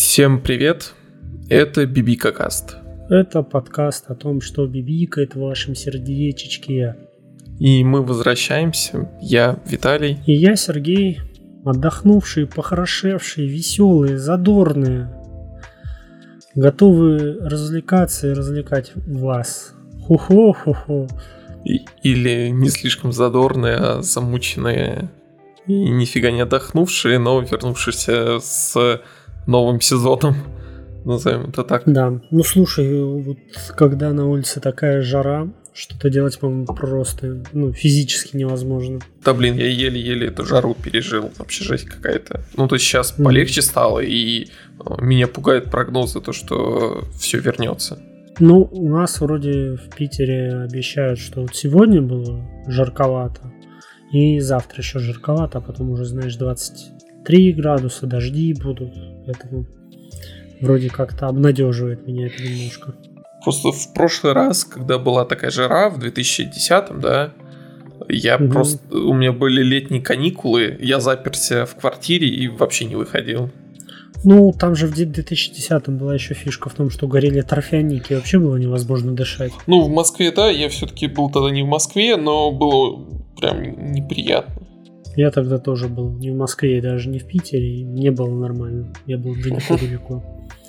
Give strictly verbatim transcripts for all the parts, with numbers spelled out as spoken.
Всем привет, это Бибикакаст. Это подкаст о том, что бибикает в вашем сердечечке. И мы возвращаемся, я Виталий. И я Сергей, отдохнувшие, похорошевшие, веселые, задорные, готовые развлекаться и развлекать вас. Хо-хо-хо-хо. И, или не слишком задорные, а замученные и нифига не отдохнувшие, но вернувшиеся с новым сезоном. Назовем это так. Да, ну слушай, вот когда на улице такая жара, что-то делать, по-моему, просто ну, физически невозможно. Да блин, я еле-еле эту жару пережил. Вообще жесть какая-то. Ну то есть сейчас mm. полегче стало, и меня пугают прогнозы, то что все вернется. Ну, у нас вроде в Питере обещают, что вот сегодня было жарковато, и завтра еще жарковато, а потом уже, знаешь, двадцать три градуса, дожди будут, поэтому вроде как-то обнадеживает меня это немножко. Просто в прошлый раз, когда была такая жара, в две тысячи десятом, да, я угу. просто... У меня были летние каникулы, я заперся в квартире и вообще не выходил. Ну, там же в две тысячи десятом была еще фишка в том, что горели торфяники, и вообще было невозможно дышать. Ну, в Москве, да, я все-таки был тогда не в Москве, но было прям неприятно. Я тогда тоже был не в Москве, даже не в Питере, и мне было нормально. Я был далеко-далеко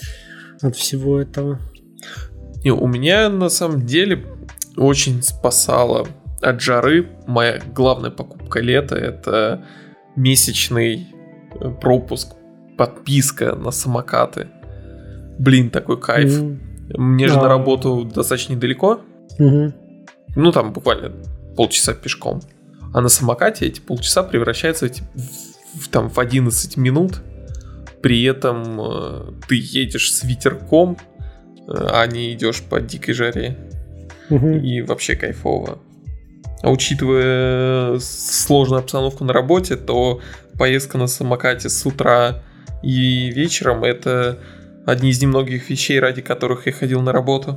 от всего этого. Не, у меня на самом деле очень спасала от жары моя главная покупка лета. Это месячный пропуск, подписка на самокаты. Блин, такой кайф. Mm. Мне же а... на работу достаточно недалеко. Mm-hmm. Ну, там буквально полчаса пешком. А на самокате эти полчаса превращаются в, в, там, в одиннадцать минут. При этом э, ты едешь с ветерком, э, а не идешь по дикой жаре. Угу. И вообще кайфово. А учитывая сложную обстановку на работе, то поездка на самокате с утра и вечером — это одни из немногих вещей, ради которых я ходил на работу.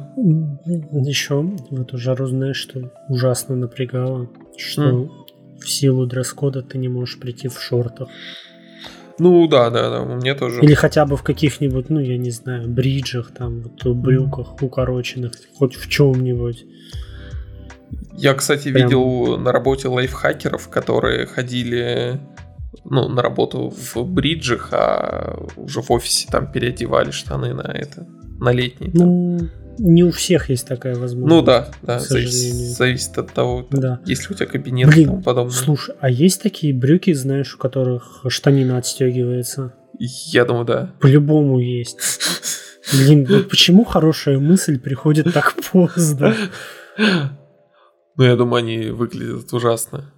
Еще в эту жару, знаешь, что ужасно напрягало, что mm. в силу дресс-кода ты не можешь прийти в шортах. Ну да, да, да, у меня тоже. Или хотя бы в каких-нибудь, ну я не знаю, бриджах, там, вот, брюках укороченных, хоть в чем-нибудь. Я, кстати, Прям... видел на работе лайфхакеров, которые ходили, ну, на работу в бриджах, а уже в офисе там переодевали штаны на это, на летние. Ну, не у всех есть такая возможность. Ну да, да, к сожалению. Зависит от того, да. есть ли у тебя кабинет Блин, и тому подобное. Слушай, а есть такие брюки, знаешь, у которых штанина отстегивается? Я думаю, да. По-любому есть. Блин, вот почему хорошая мысль приходит так поздно? Ну, я думаю, они выглядят ужасно.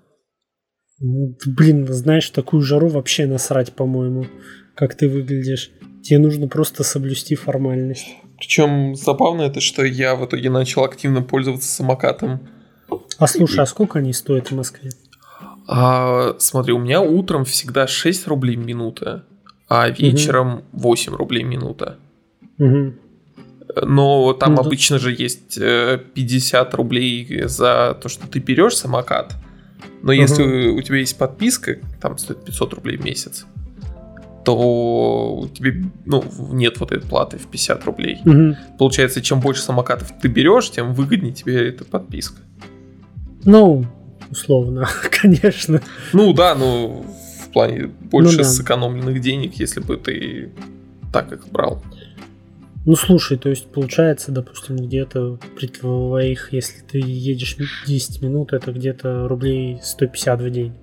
Блин, знаешь, в такую жару вообще насрать, по-моему, как ты выглядишь. Тебе нужно просто соблюсти формальность. Причем забавно это, что я в итоге начал активно пользоваться самокатом. А слушай, И... а сколько они стоят в Москве? А, смотри, у меня утром всегда шесть рублей минута, а вечером угу. восемь рублей минута. Угу. Но там ну, обычно да. же есть пятьдесят рублей за то, что ты берешь самокат. Но uh-huh. если у тебя есть подписка, там стоит пятьсот рублей в месяц, то у тебя ну, нет вот этой платы в пятьдесят рублей. Uh-huh. Получается, чем больше самокатов ты берешь, тем выгоднее тебе эта подписка. Ну, условно, конечно. Ну да, ну в плане больше ну, да. сэкономленных денег, если бы ты так их брал. Ну слушай, то есть получается, допустим, где-то при твоих, если ты едешь десять минут, это где-то рублей сто пятьдесят в день.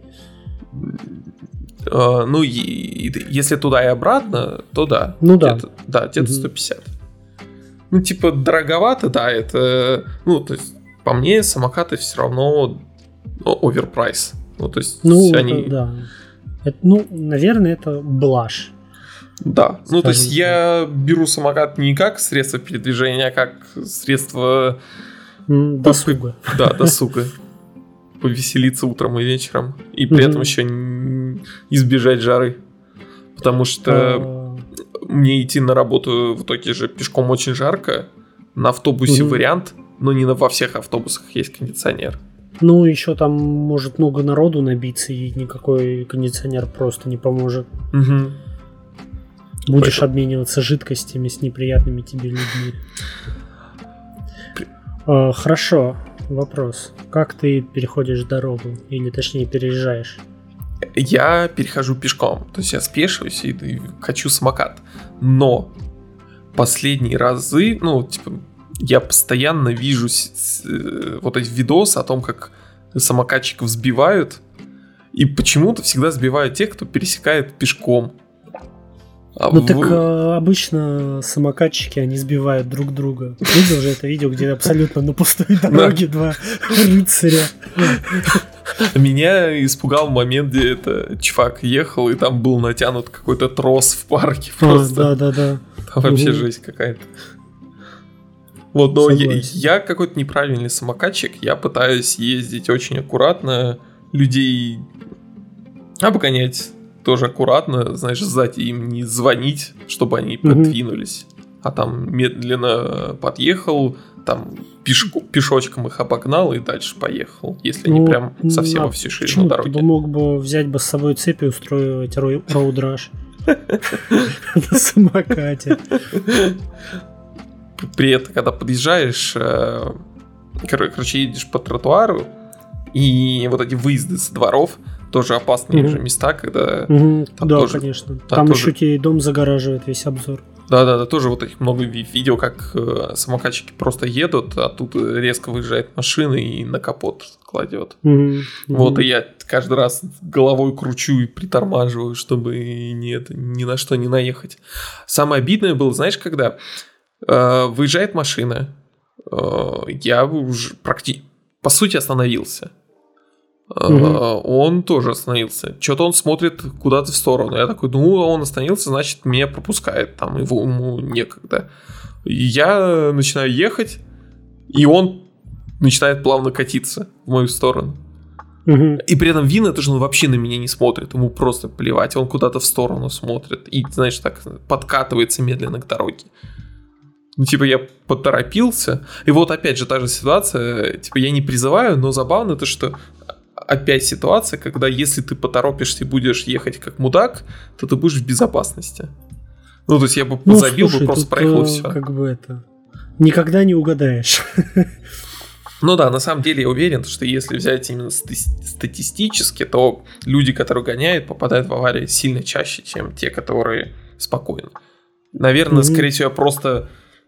Uh, ну, и, и, если туда и обратно, то да. Ну да. Где-то, да, где-то угу. сто пятьдесят. Ну, типа, дороговато, да, это... Ну, то есть, по мне, самокаты все равно оверпрайс. Ну, то есть, ну, они... это, да. Это, ну, наверное, это блажь. Да, ну то есть я беру самокат не как средство передвижения, а как средство досуга. Да, досуга. Повеселиться утром и вечером. И при этом еще избежать жары. Потому что мне идти на работу в итоге же пешком очень жарко. На автобусе вариант, но не во всех автобусах есть кондиционер. Ну, еще там может много народу набиться, и никакой кондиционер просто не поможет. Угу. Будешь Поэтому... обмениваться жидкостями с неприятными тебе людьми. А, хорошо, вопрос. Как ты переходишь дорогу? Или точнее переезжаешь? Я перехожу пешком. То есть я спешиваюсь и, и качу самокат. Но последние разы, ну, типа, я постоянно вижу с, с, вот эти видосы о том, как самокатчиков сбивают. И почему-то всегда сбивают тех, кто пересекает пешком. А ну в... так а, обычно самокатчики, они сбивают друг друга. Видел же это видео, где абсолютно на пустой дороге два рыцаря. Меня испугал момент, где это чувак ехал, и там был натянут какой-то трос в парке. Просто. А, да, да, да. Там вообще жесть какая-то. Вот, но я, я какой-то неправильный самокатчик. Я пытаюсь ездить очень аккуратно, людей обгонять тоже аккуратно, знаешь, сзади им не звонить, чтобы они подвинулись, mm-hmm. а там медленно подъехал, там пешку, пешочком их обогнал и дальше поехал, если ну, они прям совсем а во всю ширину дороги. Ты мог бы взять бы с собой цепь и устроить роуд-раш на самокате. При этом, когда подъезжаешь, короче, едешь по тротуару, и вот эти выезды с дворов тоже опасные mm-hmm. же места, когда... Mm-hmm. Там да, тоже, конечно. Да, там тоже... еще тебе дом загораживает весь обзор. Да-да-да, тоже вот таких много видео, как э, самокатчики просто едут, а тут резко выезжает машина и на капот кладет. Mm-hmm. Вот, mm-hmm. и я каждый раз головой кручу и притормаживаю, чтобы нет, ни на что не наехать. Самое обидное было, знаешь, когда э, выезжает машина, э, я уже практически, по сути, остановился. Uh-huh. Он тоже остановился. Что-то он смотрит куда-то в сторону. Я такой, ну, он остановился, значит, меня пропускает. Там его, ему некогда. И я начинаю ехать, и он начинает плавно катиться в мою сторону. Uh-huh. И при этом видно, что он вообще на меня не смотрит. Ему просто плевать. Он куда-то в сторону смотрит. И, знаешь, так подкатывается медленно к дороге. Ну, типа, я поторопился. И вот опять же та же ситуация. Типа, я не призываю, но забавно то, что опять ситуация, когда если ты поторопишься и будешь ехать как мудак, то ты будешь в безопасности. Ну, то есть я бы ну, забил, слушай, бы просто проехал и все. Как бы это... Никогда не угадаешь. Ну да, на самом деле я уверен, что если взять именно статистически, то люди, которые гоняют, попадают в аварии сильно чаще, чем те, которые спокойны. Наверное, mm-hmm. скорее всего, я просто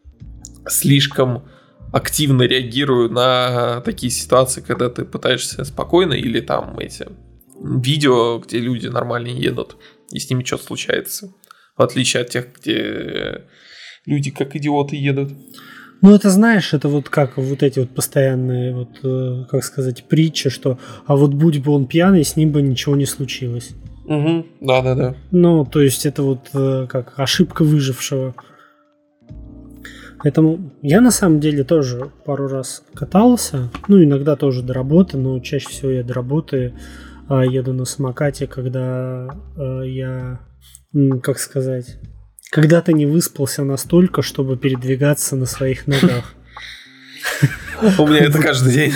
слишком активно реагирую на такие ситуации, когда ты пытаешься спокойно, или там эти видео, где люди нормально едут, и с ними что-то случается. В отличие от тех, где люди как идиоты едут. Ну, это знаешь, это вот как вот эти вот постоянные, вот, как сказать, притчи, что а вот будь бы он пьяный, с ним бы ничего не случилось. Угу, да-да-да. Ну, то есть это вот как ошибка выжившего. Поэтому я на самом деле тоже пару раз катался, ну иногда тоже до работы, но чаще всего я до работы э, еду на самокате, когда э, я, как сказать, когда-то не выспался настолько, чтобы передвигаться на своих ногах. У меня это каждый день.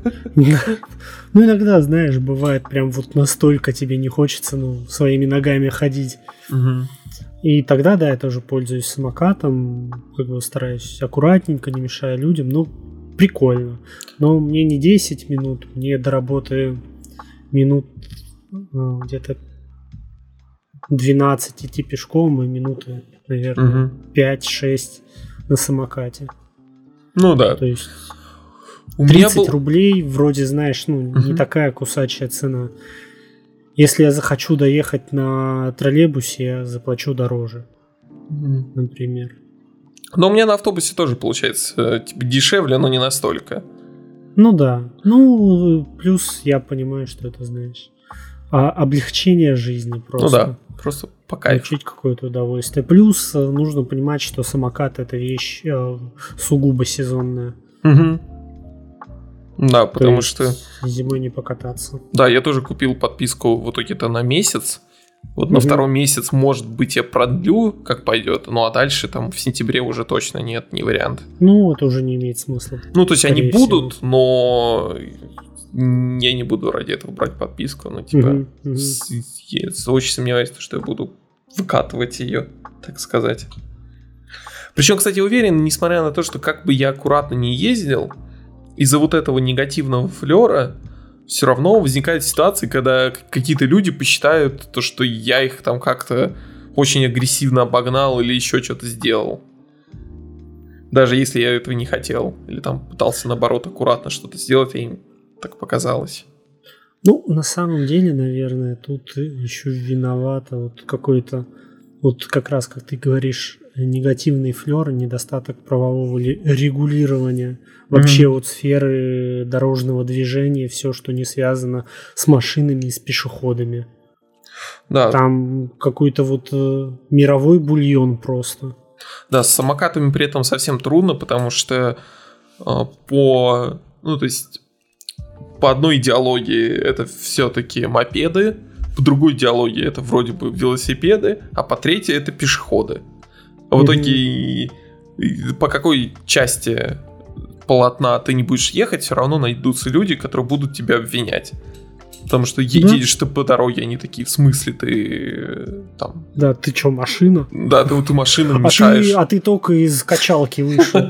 Ну иногда, знаешь, бывает прям вот настолько тебе не хочется ну, своими ногами ходить. И тогда, да, я тоже пользуюсь самокатом, как бы стараюсь аккуратненько, не мешая людям. Ну, прикольно. Но мне не десять минут, мне до работы минут ну, где-то двенадцать идти пешком и минуты, наверное, угу. пять-шесть на самокате. Ну да. То есть тридцать был... рублей, вроде, знаешь, ну, угу. не такая кусачая цена. Если я захочу доехать на троллейбусе, я заплачу дороже, mm. например. Но у меня на автобусе тоже получается типа, дешевле, но не настолько. Ну да. Ну, плюс я понимаю, что это, знаешь, а облегчение жизни просто. Ну да, просто по кайфу. Получить какое-то удовольствие. Плюс нужно понимать, что самокат — это вещь э, сугубо сезонная. Угу. Да, потому что... Зимой не покататься. Да, я тоже купил подписку в итоге-то на месяц. Вот угу. на второй месяц, может быть, я продлю, как пойдет. Ну, а дальше там в сентябре уже точно нет, не вариант. Ну, это уже не имеет смысла. Ну, то есть они будут, всего. Но я не буду ради этого брать подписку. Ну, типа, угу, угу. С... я очень сомневаюсь, что я буду выкатывать ее. так сказать. Причем, кстати, уверен, несмотря на то, что как бы я аккуратно не ездил, из-за вот этого негативного флера все равно возникает ситуация, когда какие-то люди посчитают то, что я их там как-то очень агрессивно обогнал или еще что-то сделал. Даже если я этого не хотел. Или там пытался, наоборот, аккуратно что-то сделать, а им так показалось. Ну, на самом деле, наверное, тут еще виновата вот какой-то, вот как раз, как ты говоришь, негативный флер, недостаток правового регулирования вообще mm-hmm. вот сферы дорожного движения, все, что не связано с машинами и с пешеходами. Да. Там какой-то вот э, мировой бульон просто. Да, с самокатами при этом совсем трудно, потому что э, по, ну, то есть по одной идеологии это все-таки мопеды, по другой идеологии это вроде бы велосипеды, а по третьей это пешеходы. А в итоге и, и по какой части полотна ты не будешь ехать, все равно найдутся люди, которые будут тебя обвинять. Потому что да. едешь ты по дороге, они такие, в смысле, ты там... Да, ты что, машина? Да, ты вот машину мешаешь. А ты только из качалки вышел.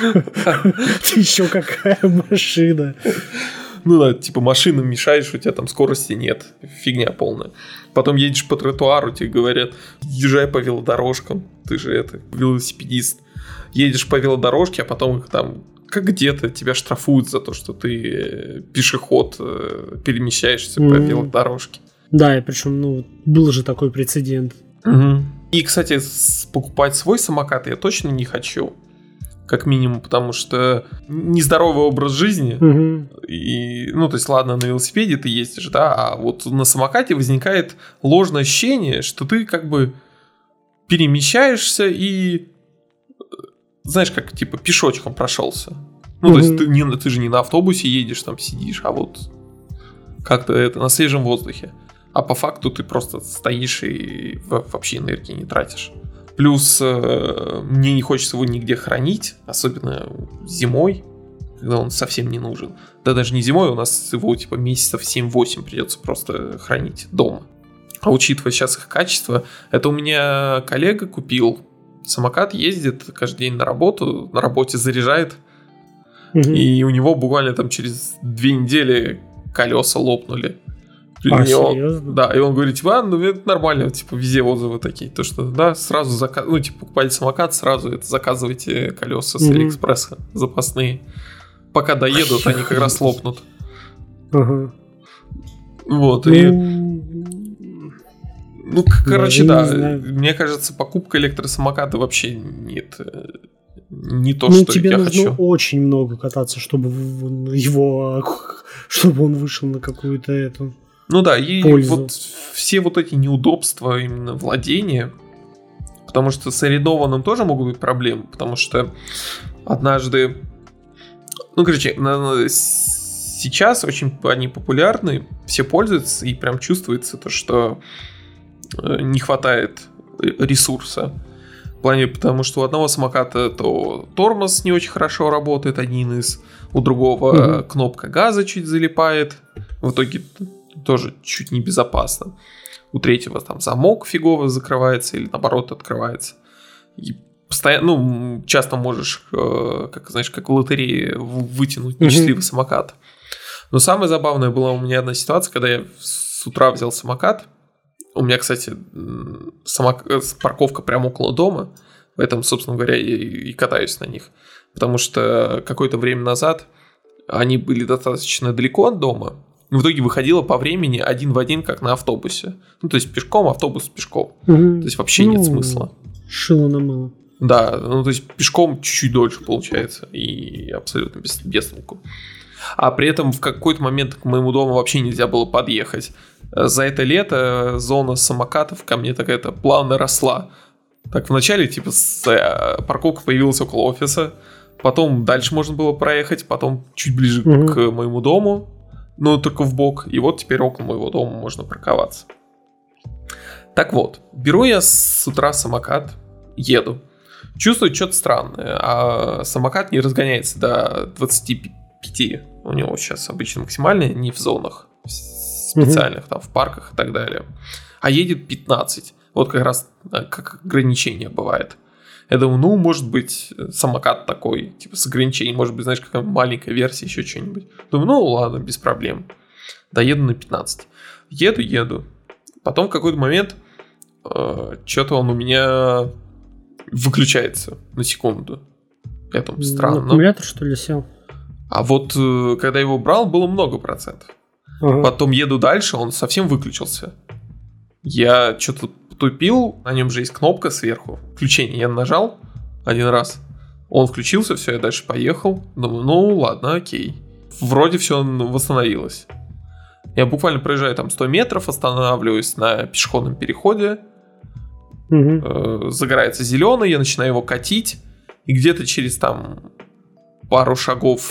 Ты еще какая машина? Ну да, типа машину мешаешь, у тебя там скорости нет. Фигня полная. Потом едешь по тротуару, тебе говорят, езжай по велодорожкам. Ты же это, велосипедист. Едешь по велодорожке, а потом их там, как где-то, тебя штрафуют за то, что ты пешеход, перемещаешься mm-hmm. по велодорожке. Да, и причем, ну, был же такой прецедент. Угу. И, кстати, покупать свой самокат я точно не хочу. Как минимум, потому что нездоровый образ жизни. Угу. И, ну, то есть, ладно, на велосипеде ты ездишь, да, а вот на самокате возникает ложное ощущение, что ты как бы перемещаешься и, знаешь, как типа пешочком прошелся. Ну, угу. то есть, ты, не, ты же не на автобусе едешь, там сидишь, а вот как-то это на свежем воздухе. А по факту ты просто стоишь и вообще энергии не тратишь. Плюс э, мне не хочется его нигде хранить, особенно зимой, когда он совсем не нужен. Да даже не зимой, у нас его типа месяцев семь-восемь придется просто хранить дома. А учитывая сейчас их качество, это у меня коллега купил самокат, ездит каждый день на работу, на работе заряжает, угу. и у него буквально там через две недели колеса лопнули. А, и он, серьезно? да, и он говорит, типа, а, ну это нормально, типа, везде отзывы такие, то что, да, сразу заказ, ну, типа, покупайте самокат, сразу это заказывайте колеса с mm-hmm. Алиэкспресса запасные. Пока доедут, они как раз лопнут. Uh-huh. Вот, ну... и... Ну, короче, да, мне кажется, покупка электросамоката вообще нет, не то, ну, что тебе я нужно хочу. Очень много кататься, чтобы его, чтобы он вышел на какую-то эту... Ну да, и пользу. Вот все вот эти неудобства именно владения, потому что с арендованным тоже могут быть проблемы, потому что однажды, ну, короче, сейчас очень они популярны, все пользуются, и прям чувствуется то, что не хватает ресурса. В плане, потому что у одного самоката то тормоз не очень хорошо работает, один из, у другого угу. кнопка газа чуть залипает, в итоге тоже чуть небезопасно. У третьего там замок фигово закрывается или наоборот открывается. И постоянно, ну, часто можешь, э, как знаешь, как в лотерее вытянуть несчастливый mm-hmm. самокат. Но самое забавное была у меня одна ситуация, когда я с утра взял самокат. У меня, кстати, самок... парковка прямо около дома. Поэтому, собственно говоря, я и катаюсь на них. Потому что какое-то время назад они были достаточно далеко от дома. В итоге выходило по времени один в один, как на автобусе. Ну, то есть пешком, автобус пешком. Угу. То есть вообще ну, нет смысла. Шило на мыло. Да, ну то есть пешком чуть-чуть дольше получается. И абсолютно без, без толку. А при этом в какой-то момент к моему дому вообще нельзя было подъехать. За это лето зона самокатов ко мне такая-то плавно росла. Так вначале типа парковка появилась около офиса. Потом дальше можно было проехать. Потом чуть ближе угу. к моему дому. Но только в бок. И вот теперь около моего дома можно парковаться. Так вот, беру я с утра самокат, еду. Чувствую что-то странное, а самокат не разгоняется до двадцати пяти. У него сейчас обычно максимальный, не в зонах специальных, mm-hmm. там в парках и так далее. А едет пятнадцать. Вот как раз как ограничение бывает. Я думаю, ну, может быть, самокат такой, типа с ограничением, может быть, знаешь, какая маленькая версия, еще что-нибудь. Думаю, ну, ладно, без проблем. Доеду на пятнадцать. Еду, еду. Потом в какой-то момент э, что-то он у меня выключается на секунду. Я думаю, странно. Аккумулятор, что ли, сел? А вот э, когда его брал, было много процентов. Ага. Потом еду дальше, он совсем выключился. Я что-то потупил, на нем же есть кнопка сверху. Включение я нажал один раз. Он включился, все, я дальше поехал. Думаю, ну ладно, окей. Вроде все восстановилось. Я буквально проезжаю там сто метров, останавливаюсь на пешеходном переходе. Угу. Загорается зеленый, я начинаю его катить. И где-то через там пару шагов,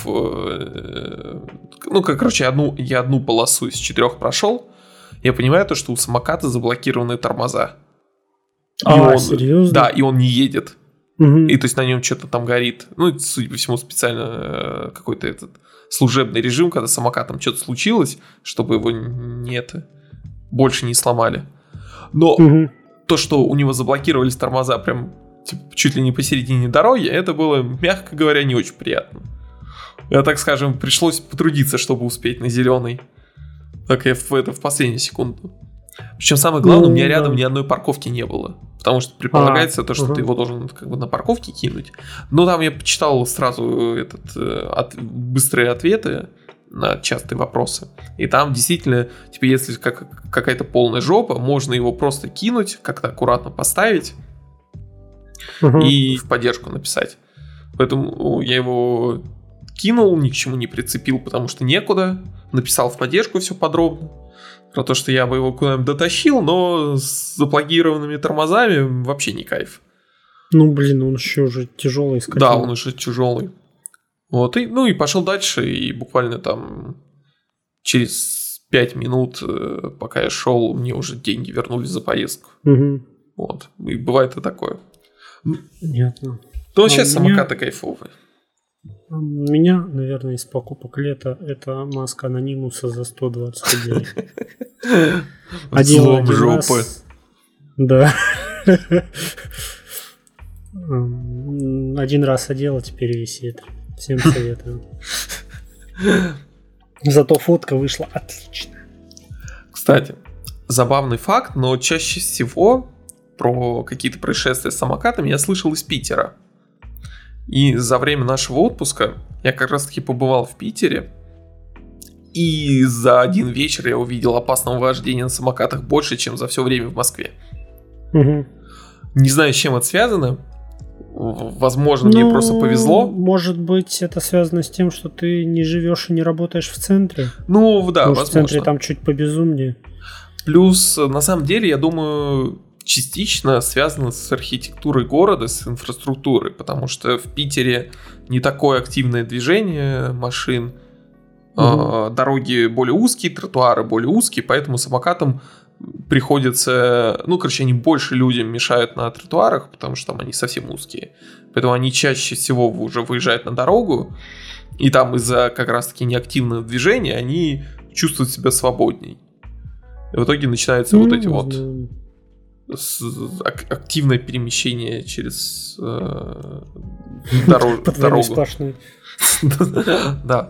ну, как, короче, одну, я одну полосу из четырех прошел. Я понимаю то, что у самоката заблокированы тормоза. А, и он, серьезно? Да, и он не едет. Угу. И то есть на нем что-то там горит. Ну, судя по всему, специально какой-то этот служебный режим, когда с самокатом что-то случилось, чтобы его не это, больше не сломали. Но угу. то, что у него заблокировались тормоза прям типа, чуть ли не посередине дороги, это было, мягко говоря, не очень приятно. Я, так скажем, пришлось потрудиться, чтобы успеть на зеленый. Так я в, это, в последнюю секунду. Причем самое главное, ну, у меня да. рядом ни одной парковки не было. Потому что предполагается а, то, что угу. ты его должен как бы на парковке кинуть. Но там я почитал сразу этот, от, быстрые ответы на частые вопросы. И там действительно, типа, если как, какая-то полная жопа, можно его просто кинуть, как-то аккуратно поставить угу. и в поддержку написать. Поэтому я его кинул, ни к чему не прицепил, потому что некуда. Написал в поддержку все подробно. Про то, что я бы его куда-нибудь дотащил, но с заблокированными тормозами вообще не кайф. Ну, блин, он еще уже тяжелый. Скатил. Да, он уже тяжелый. Вот, и, ну и пошел дальше, и буквально там через пять минут, пока я шел, мне уже деньги вернулись за поездку. Угу. Вот, и бывает и такое. Понятно. То вообще а самокаты меня... кайфовые. У меня, наверное, из покупок лета это маска анонимуса за сто двадцать рублей. Одела один раз. Да. Один раз одела, теперь висит. Всем советую. Зато фотка вышла отлично. Кстати, забавный факт, но чаще всего про какие-то происшествия с самокатами я слышал из Питера. И за время нашего отпуска я как раз таки побывал в Питере. И за один вечер я увидел опасного вождения на самокатах больше, чем за все время в Москве. Угу. Не знаю, с чем это связано. Возможно, ну, мне просто повезло. Может быть, это связано с тем, что ты не живешь и не работаешь в центре. Ну, да, Потому возможно. В центре там чуть побезумнее. Плюс, на самом деле, я думаю, частично связано с архитектурой города, с инфраструктурой, потому что в Питере не такое активное движение машин, угу. дороги более узкие, тротуары более узкие, поэтому самокатам приходится, ну, короче, они больше людям мешают на тротуарах, потому что там они совсем узкие, поэтому они чаще всего уже выезжают на дорогу, и там из-за как раз-таки неактивного движения они чувствуют себя свободней. И в итоге начинаются mm-hmm. вот эти вот активное перемещение через э, дорог, дорогу. Да.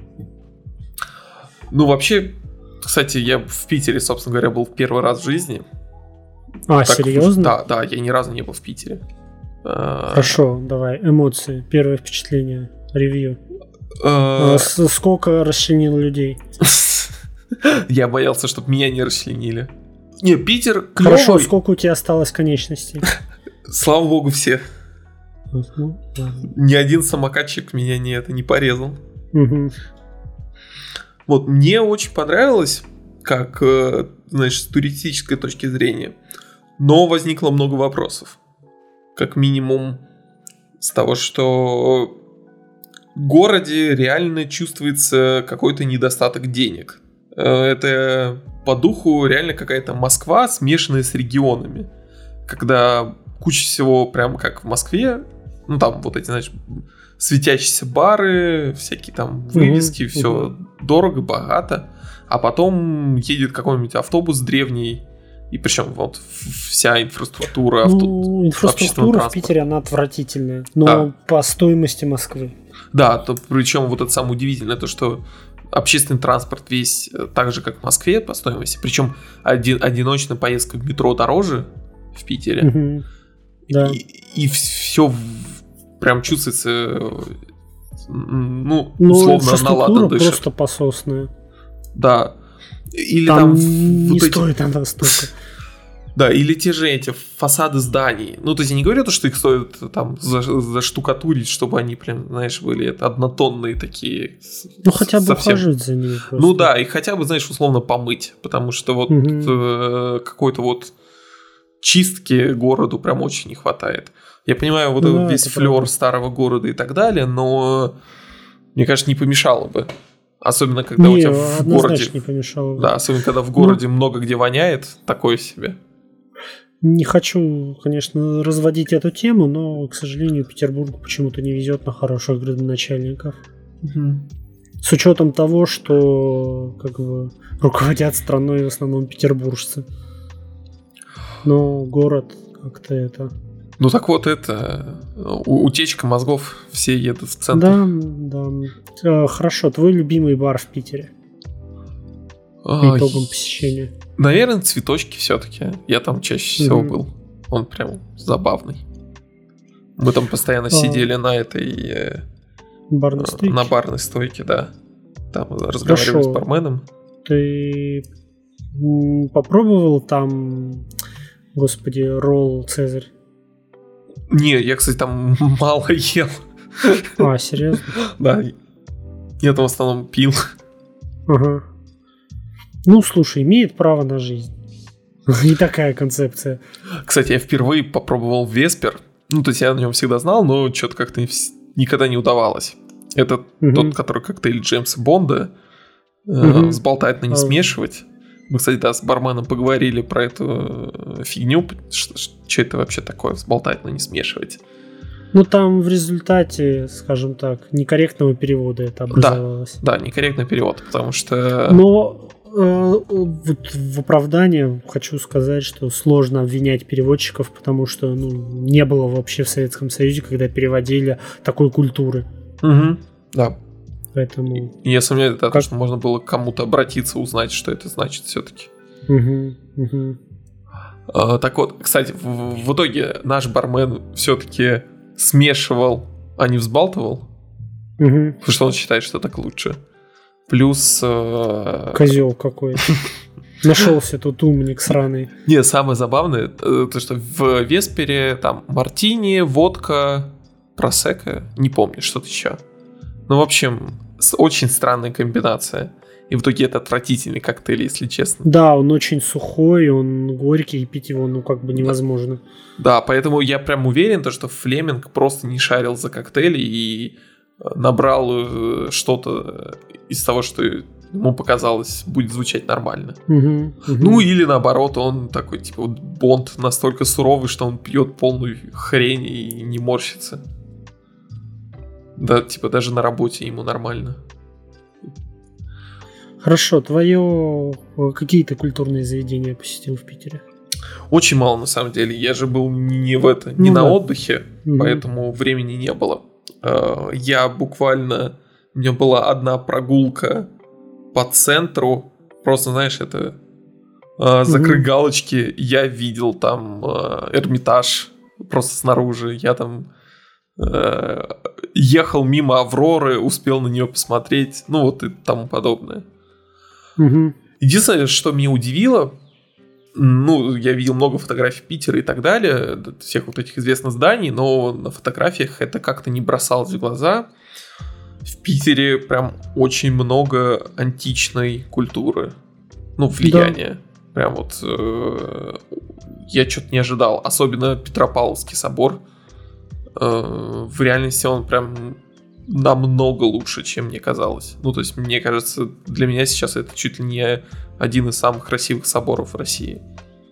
Ну, вообще, кстати, я в Питере, собственно говоря, был в первый раз в жизни. А, так, серьезно? Да, да, я ни разу не был в Питере. Хорошо, давай, эмоции, первое впечатление, ревью. Сколько расчленил людей? Я боялся, чтобы меня не расчленили. Не, Питер клёвый. Хорошо, сколько у тебя осталось конечностей? Слава богу, все. Ну, ни один самокатчик меня не, это, не порезал. Угу. Вот, мне очень понравилось, как, знаешь, с туристической точки зрения. Но возникло много вопросов. Как минимум с того, что в городе реально чувствуется какой-то недостаток денег. Это по духу реально какая-то Москва, смешанная с регионами. Когда куча всего прям как в Москве. Ну там вот эти, знаешь, светящиеся бары, всякие там вывески, mm-hmm. все mm-hmm. дорого, богато. А потом едет какой-нибудь автобус древний, И причем вот вся инфраструктура, авто... ну, инфраструктура в Питере, она отвратительная, но да. по стоимости Москвы. Да, то, причем вот это самое удивительное, то что общественный транспорт весь так же, как в Москве по стоимости, причем один, одиночная поездка в метро дороже в Питере, угу. да. и, и все прям чувствуется, ну, но условно, на ладан дышит. Просто пососная. Да. Или там, там не вот стоит эти... она столько. Да, или те же эти фасады зданий. Ну, то есть я не говорю, что их стоит там заштукатурить, чтобы они прям, знаешь, были это однотонные такие. Ну, хотя бы совсем... ухаживать за ними просто. Ну да, и хотя бы, знаешь, условно помыть. Потому что вот угу. э, какой-то вот чистки городу прям очень не хватает. Я понимаю, вот да, весь флёр правда. Старого города и так далее, но мне кажется, не помешало бы. Особенно, когда не, у тебя в городе... не помешало бы. Да, особенно, когда в городе ну... много где воняет, такое себе. Не хочу, конечно, разводить эту тему, но, к сожалению, Петербургу почему-то не везет на хороших градоначальников. Угу. С учетом того, что как бы руководят страной в основном петербуржцы. Но город как-то это... Ну так вот это... Утечка мозгов, все едут в центр. Да, да. Хорошо, твой любимый бар в Питере? По итогам посещения. Наверное, цветочки все-таки. Я там чаще всего mm-hmm. был. Он прям забавный. Мы там постоянно а... сидели на этой... Барной стойке? На барной стойке, да. Там разговаривали Хорошо. С барменом. Ты попробовал там, господи, ролл Цезарь? Не, я, кстати, там мало ел. А, серьезно? Да. Я там в основном пил. Ага. Ну, слушай, имеет право на жизнь. Не такая концепция. Кстати, я впервые попробовал Веспер. Ну, то есть я о нем всегда знал, но что-то как-то никогда не удавалось. Это угу. тот, который коктейль Джеймса Бонда. Угу. Взболтать, но не а... смешивать. Мы, кстати, да, с барменом поговорили про эту фигню. Что, что это вообще такое? Взболтать, но не смешивать. Ну, там в результате, скажем так, некорректного перевода это образовалось. Да, да, некорректный перевод, потому что... Но э, вот в оправдание хочу сказать, что сложно обвинять переводчиков, потому что ну, не было вообще в Советском Союзе, когда переводили такой культуры. Угу, да. Поэтому... И я сомневаюсь, да, как... что можно было к кому-то обратиться, узнать, что это значит все-таки. Угу, угу. А, так вот, кстати, в, в итоге наш бармен все-таки смешивал, а не взбалтывал. Угу. Потому что он считает, что так лучше. Плюс... Э... Козел какой-то. Нашелся тут умник сраный. Не, самое забавное, то что в Веспере там мартини, водка, просекко, не помню, что-то еще. Ну, в общем, очень странная комбинация. И в итоге это отвратительный коктейль, если честно. Да, он очень сухой, он горький, и пить его, ну, как бы невозможно. Да, да, поэтому я прям уверен, что Флеминг просто не шарил за коктейли и набрал что-то из того, что ему показалось будет звучать нормально. Угу, угу. Ну, или наоборот, он такой, типа, Бонд настолько суровый, что он пьет полную хрень и не морщится. Да, типа, даже на работе ему нормально. Хорошо, твое... Какие ты культурные заведения посетил в Питере? Очень мало, на самом деле. Я же был не в это, не ну, на да. отдыхе, угу. поэтому времени не было. Я буквально... У меня была одна прогулка по центру. Просто, знаешь, это... Закрыть угу. галочки. Я видел там Эрмитаж просто снаружи. Я там... ехал мимо Авроры, успел на нее посмотреть, ну вот и тому подобное. Угу. Единственное, что меня удивило, ну, я видел много фотографий Питера и так далее, всех вот этих известных зданий, но на фотографиях это как-то не бросалось в глаза. В Питере прям очень много античной культуры, ну, влияния. Да. Прям вот э, я что-то не ожидал, особенно Петропавловский собор. В реальности он прям намного лучше, чем мне казалось. Ну, то есть, мне кажется, для меня сейчас это чуть ли не один из самых красивых соборов в России.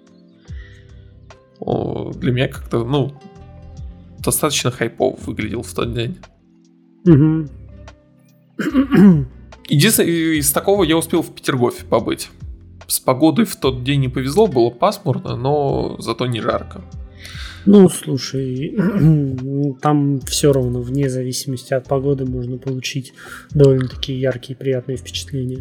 О, для меня как-то, ну, достаточно хайпово выглядел в тот день. Угу. Единственное, из такого я успел в Петергофе побыть. С погодой в тот день не повезло, было пасмурно, но зато не жарко. Ну, слушай, там все равно, вне зависимости от погоды, можно получить довольно-таки яркие и приятные впечатления.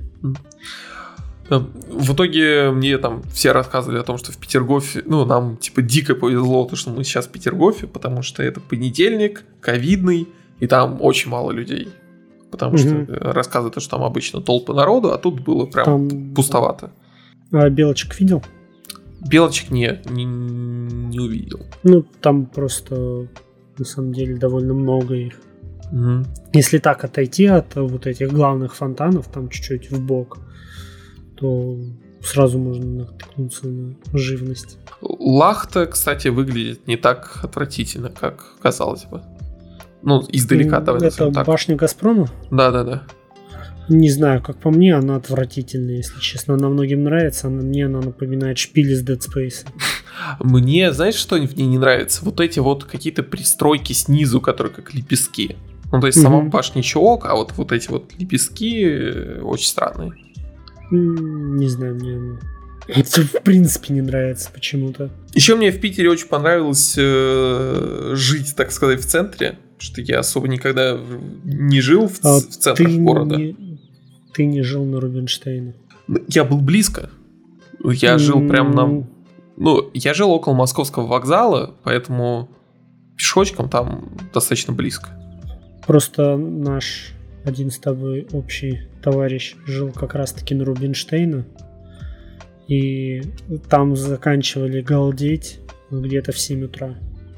В итоге мне там все рассказывали о том, что в Петергофе, ну, нам типа дико повезло, то, что мы сейчас в Петергофе, потому что это понедельник, ковидный, и там очень мало людей. Потому угу. что рассказывают, что там обычно толпы народу, а тут было прям там... пустовато. А белочек видел? Белочек не, не, не увидел. Ну, там просто, на самом деле, довольно много их. Угу. Если так отойти от вот этих главных фонтанов, там чуть-чуть вбок, то сразу можно наткнуться на живность. Лахта, кстати, выглядит не так отвратительно, как казалось бы. Ну, издалека, давай назовем так. Это башня Газпрома? Да-да-да. Не знаю, как по мне, она отвратительная, если честно. Она многим нравится, она, мне она напоминает шпиль из Dead Space. Мне, знаешь, что в ней не нравится? Вот эти вот какие-то пристройки снизу, которые как лепестки. Ну, то есть сама mm-hmm. башня чувак, а вот, вот эти вот лепестки очень странные. Не знаю, мне это в принципе не нравится почему-то. Еще мне в Питере очень понравилось э, жить, так сказать, в центре. Потому что я особо никогда не жил в, а в центрах ты города. Не, ты не жил на Рубинштейне? Я был близко. Я mm-hmm. жил прям на... Ну, я жил около Московского вокзала, поэтому пешочком там достаточно близко. Просто наш один с тобой общий товарищ жил как раз-таки на Рубинштейна. И там заканчивали галдеть где-то в семь утра.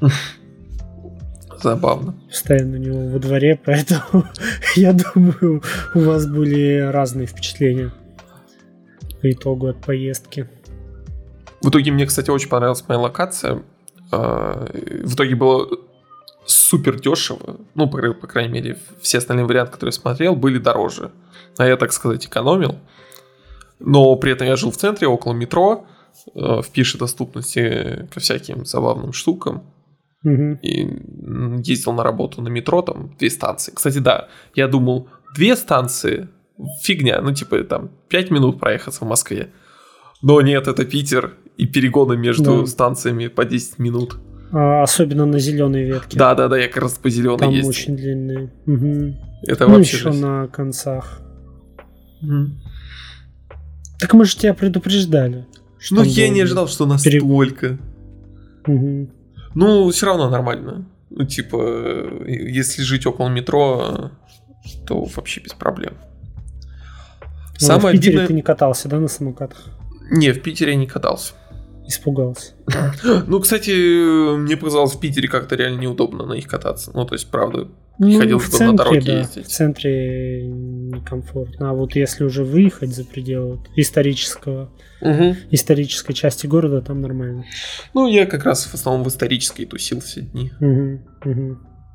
Забавно. Постоянно у него во дворе, поэтому я думаю, у вас были разные впечатления по итогу от поездки. В итоге мне, кстати, очень понравилась моя локация. В итоге было супер дешево. Ну, по, по крайней мере, все остальные варианты, которые я смотрел, были дороже. А я, так сказать, экономил. Но при этом я жил в центре, около метро, в пешей доступности ко всяким забавным штукам. Угу. И ездил на работу на метро, там две станции. Кстати, да, я думал, две станции, фигня, ну типа там пять минут проехаться в Москве. Но нет, это Питер, и перегоны между да. станциями по десять минут. А, особенно на зеленой ветке. Да-да-да, я как раз по зеленой там ездил. Очень длинные. Угу. Это ну, вообще еще жесть. На концах. Угу. Так мы же тебя предупреждали. Ну я не ожидал, что настолько. Угу. Ну, все равно нормально. Ну, типа, если жить около метро, то вообще без проблем. Ну, Самое в Питере обидное... ты не катался, да, на самокатах? Не, в Питере я не катался. Испугался. Ну, кстати, мне показалось, в Питере как-то реально неудобно на них кататься. Ну, то есть, правда, приходилось ну, центре, на дороге да, ездить. В центре некомфортно. А вот если уже выехать за пределы вот, исторического, угу. исторической части города, там нормально. Ну, я как раз в основном в исторической тусил все дни. Угу, угу.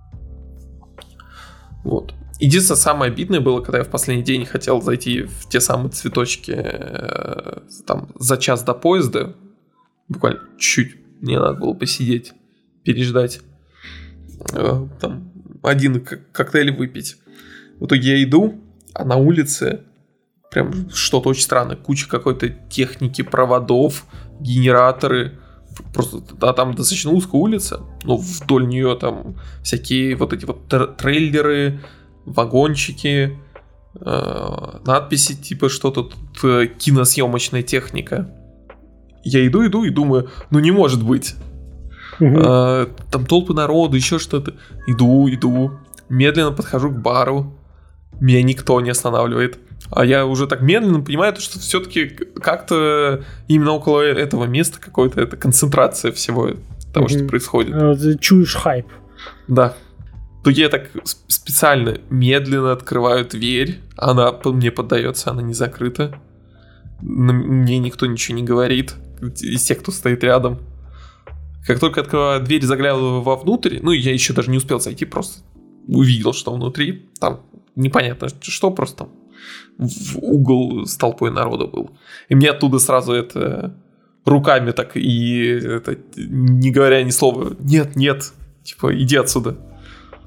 Вот. Единственное, самое обидное было, когда я в последний день хотел зайти в те самые цветочки там, за час до поезда. Буквально чуть-чуть мне надо было посидеть, переждать. Там один коктейль выпить. В итоге я иду, а на улице прям что-то очень странное. Куча какой-то техники, проводов, генераторы. Просто, а там достаточно узкая улица, но вдоль нее там всякие вот эти вот трейлеры, вагончики, э, надписи типа что-то тут э, киносъемочная техника. Я иду, иду и думаю, ну не может быть. Угу. Э, там толпы народу, еще что-то. Иду, иду, медленно подхожу к бару. Меня никто не останавливает. А я уже так медленно понимаю, что все-таки как-то именно около этого места какая-то это концентрация всего того, mm-hmm. что происходит. Uh, ты чуешь хайп. Да. То я так специально медленно открываю дверь, она мне поддается, она не закрыта. Мне никто ничего не говорит из тех, кто стоит рядом. Как только открываю дверь, заглядываю вовнутрь, ну я еще даже не успел зайти, просто увидел, что внутри там непонятно что, просто там в угол с толпой народа был. И мне оттуда сразу это руками так и это, не говоря ни слова, нет, нет, типа иди отсюда.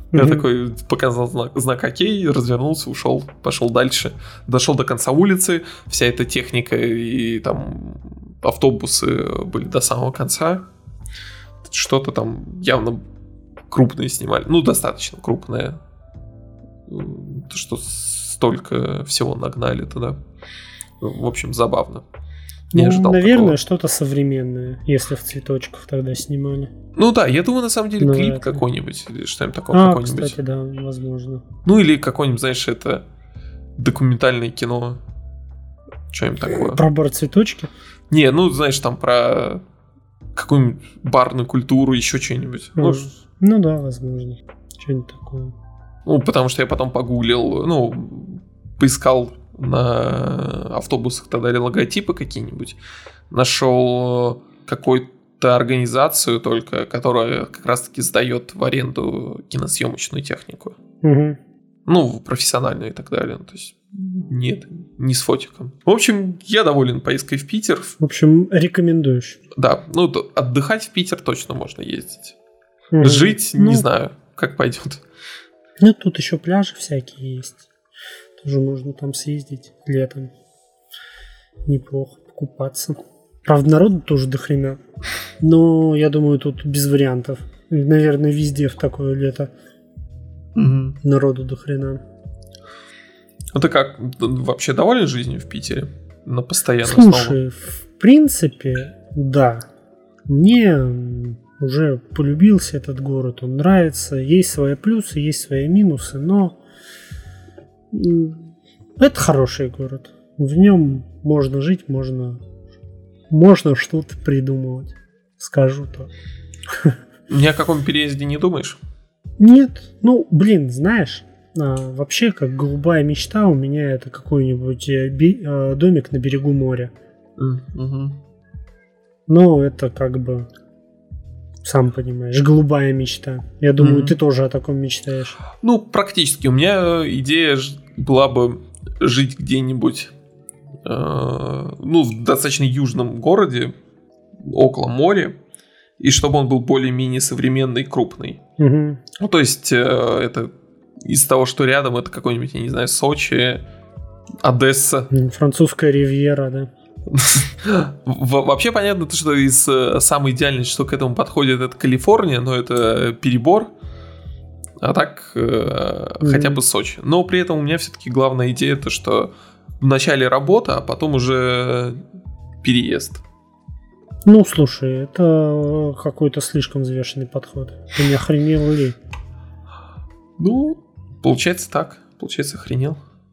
Я mm-hmm. такой показал знак, знак окей, развернулся, ушел, пошел дальше. Дошел до конца улицы, вся эта техника и там автобусы были до самого конца. Что-то там явно крупное снимали. Ну, достаточно крупное. Что столько всего нагнали туда. В общем, забавно. Не ну, ожидал наверное, такого. Что-то современное, если в цветочках тогда снимали. Ну да, я думаю, на самом деле, Но клип это... какой-нибудь, или что-нибудь такое. А, какой-нибудь. кстати, да, возможно. Ну или какой-нибудь, знаешь, это документальное кино. Что-нибудь такое. Про бар-цветочки? Не, ну, знаешь, там про какую-нибудь барную культуру, еще что-нибудь. А, ну, ну да, возможно. Что-нибудь такое. Ну, потому что я потом погуглил, ну, поискал на автобусах тогда логотипы какие-нибудь. Нашел какую-то организацию только, которая как раз-таки сдает в аренду киносъемочную технику. Угу. Ну, профессиональную и так далее. То есть нет, не с фотиком. В общем, я доволен поездкой в Питер. В общем, рекомендуешь. Да, ну, отдыхать в Питер точно можно ездить. Угу. Жить, ну, не знаю, как пойдет. Ну, тут еще пляжи всякие есть. Тоже можно там съездить летом. Неплохо покупаться. Правда, народу тоже дохрена. Но я думаю, тут без вариантов. Наверное, везде в такое лето угу. народу дохрена. Ну ты как, вообще доволен жизнью в Питере? На постоянной основе? Слушай, в принципе, да. Мне уже полюбился этот город, он нравится. Есть свои плюсы, есть свои минусы, но это хороший город. В нем можно жить, можно, можно что-то придумывать. Скажу то. Ни о каком переезде не думаешь? Нет. Ну, блин, знаешь, а, вообще, как голубая мечта у меня это какой-нибудь би- а, домик на берегу моря. Mm-hmm. Но это как бы, сам понимаешь, голубая мечта. Я думаю, mm-hmm. ты тоже о таком мечтаешь. Ну, практически. У меня идея была бы жить где-нибудь, э, ну, в достаточно южном городе, около моря, и чтобы он был более-менее современный и крупный. Mm-hmm. Ну, то есть, э, это из того, что рядом, это какой-нибудь, я не знаю, Сочи, Одесса. Французская ривьера, да. Вообще понятно, что из самое идеальное, что к этому подходит, это Калифорния, но это перебор. А так mm-hmm. хотя бы Сочи. Но при этом у меня все-таки главная идея то, что вначале работа, а потом уже переезд. Ну, слушай, это какой-то слишком взвешенный подход. Ты не охренел ли? Ну, получается так. Получается, охренел.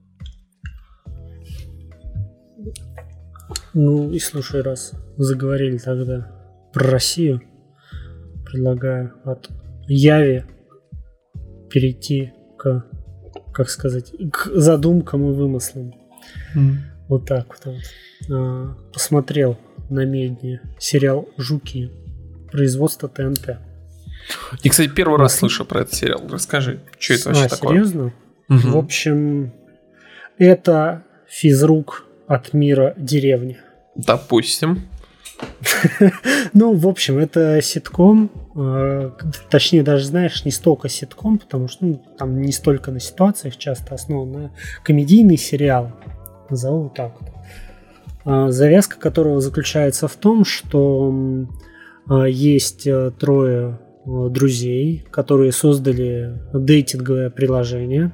Ну и слушай, раз заговорили тогда про Россию, предлагаю от Яви перейти к, как сказать, к задумкам и вымыслам. Mm. Вот так вот. А, посмотрел на медне сериал «Жуки», производство ТНТ. И, кстати, первый раз слышу про этот сериал. Расскажи, что это вообще а, такое? Серьезно? Угу. В общем, это физрук от мира деревни. Допустим. Ну, в общем, это ситком. Э, точнее, даже, знаешь, не столько ситком, потому что ну, там не столько на ситуациях часто основан, а комедийный сериал. Назову так вот. А, завязка которого заключается в том, что а, есть трое а, друзей, которые создали дейтинговое приложение.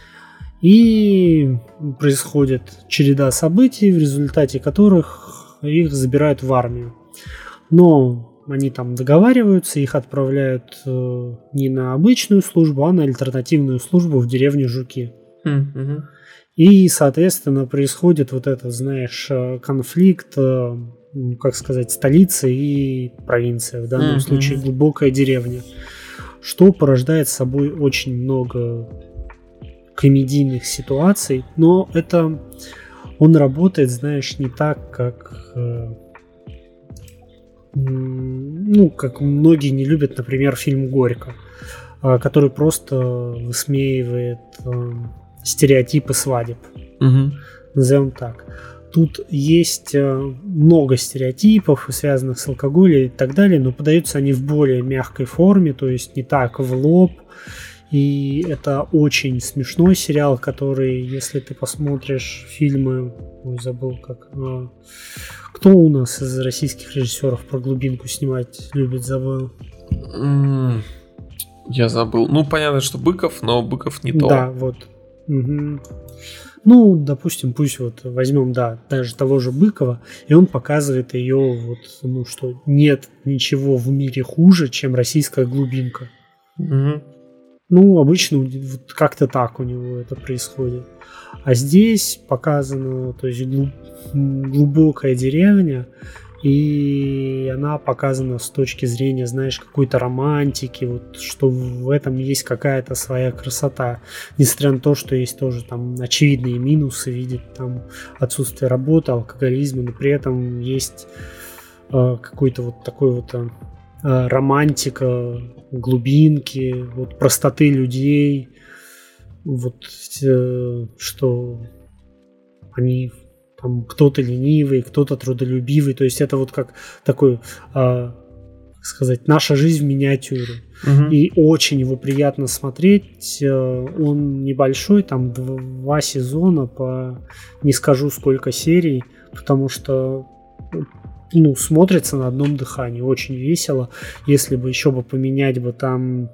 И происходит череда событий, в результате которых их забирают в армию. Но они там договариваются, их отправляют э, не на обычную службу, а на альтернативную службу в деревню Жуки. Mm-hmm. И, соответственно, происходит вот этот, знаешь, конфликт, э, как сказать, столицы и провинции. В данном mm-hmm. случае глубокая деревня. Что порождает собой очень много комедийных ситуаций, но это он работает, знаешь, не так, как э, ну, как многие не любят, например, фильм «Горько», э, который просто высмеивает э, стереотипы свадеб. Угу. Назовем так. Тут есть э, много стереотипов, связанных с алкоголем и так далее, но подаются они в более мягкой форме, то есть не так в лоб. И это очень смешной сериал, который, если ты посмотришь фильмы... Ой, забыл как... Кто у нас из российских режиссеров про глубинку снимать любит, забыл? Я забыл. Ну, понятно, что Быков, но Быков не то. Да, вот. Угу. Ну, допустим, пусть вот возьмем, да, даже того же Быкова, и он показывает ее вот, ну, что нет ничего в мире хуже, чем российская глубинка. Угу. Ну, обычно вот как-то так у него это происходит. А здесь показано, то есть глубокая деревня, и она показана с точки зрения, знаешь, какой-то романтики, вот, что в этом есть какая-то своя красота. Несмотря на то, что есть тоже там очевидные минусы, видит там отсутствие работы, алкоголизма, но при этом есть э, какой-то вот такой вот э, романтика, глубинки, вот простоты людей, вот э, что они... Там кто-то ленивый, кто-то трудолюбивый. То есть это вот как такой, э, как сказать, наша жизнь в миниатюре. Угу. И очень его приятно смотреть. Он небольшой, там два сезона по не скажу сколько серий, потому что ну, смотрится на одном дыхании. Очень весело. Если бы еще бы поменять бы там...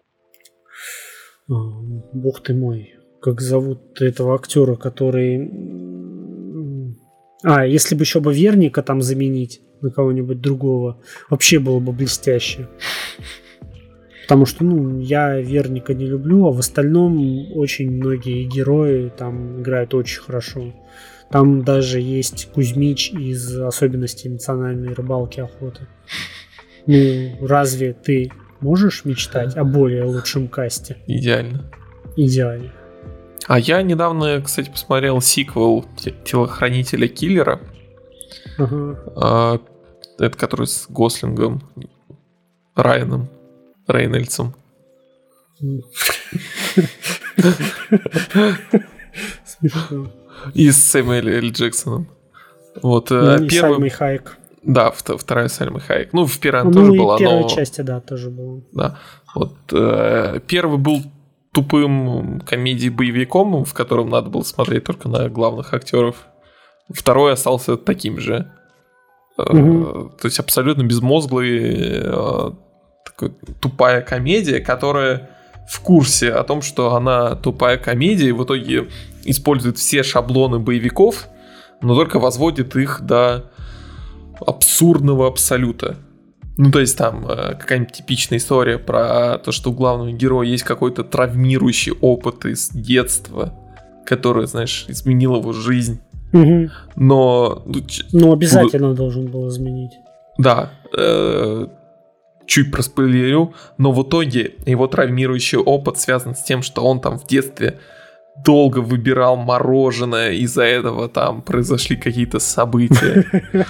Бог ты мой, как зовут этого актера, который... А, если бы еще бы Верника там заменить на кого-нибудь другого, вообще было бы блестяще. Потому что, ну, я Верника не люблю, а в остальном очень многие герои там играют очень хорошо. Там даже есть Кузьмич из «Особенностей национальной рыбалки и охоты». Ну, разве ты можешь мечтать о более лучшем касте? Идеально. Идеально. А я недавно, кстати, посмотрел сиквел «Телохранителя киллера». Ага. Это который с Гослингом, Райаном Рейнольдсом. Смешно. И с Сэмюэлем Л. Джексоном. Вот, ну, первый... Сальмой Хайек. Да, вторая Сальма Хайек. Ну, в первой она ну, тоже и была, в первой но... части, да, тоже была. Да. Вот, э, первый был тупым комедией-боевиком, в котором надо было смотреть только на главных актеров. Второй остался таким же. Угу. То есть абсолютно безмозглый, такой, тупая комедия, которая в курсе о том, что она тупая комедия, и в итоге использует все шаблоны боевиков, но только возводит их до абсурдного абсолюта. Ну, то есть там э, какая-нибудь типичная история про то, что у главного героя есть какой-то травмирующий опыт из детства, который, знаешь, изменил его жизнь. Угу. Но... Ну, обязательно ну, должен был изменить. Да. Э, чуть проспойлерю, но в итоге его травмирующий опыт связан с тем, что он там в детстве долго выбирал мороженое, из-за этого там произошли какие-то события.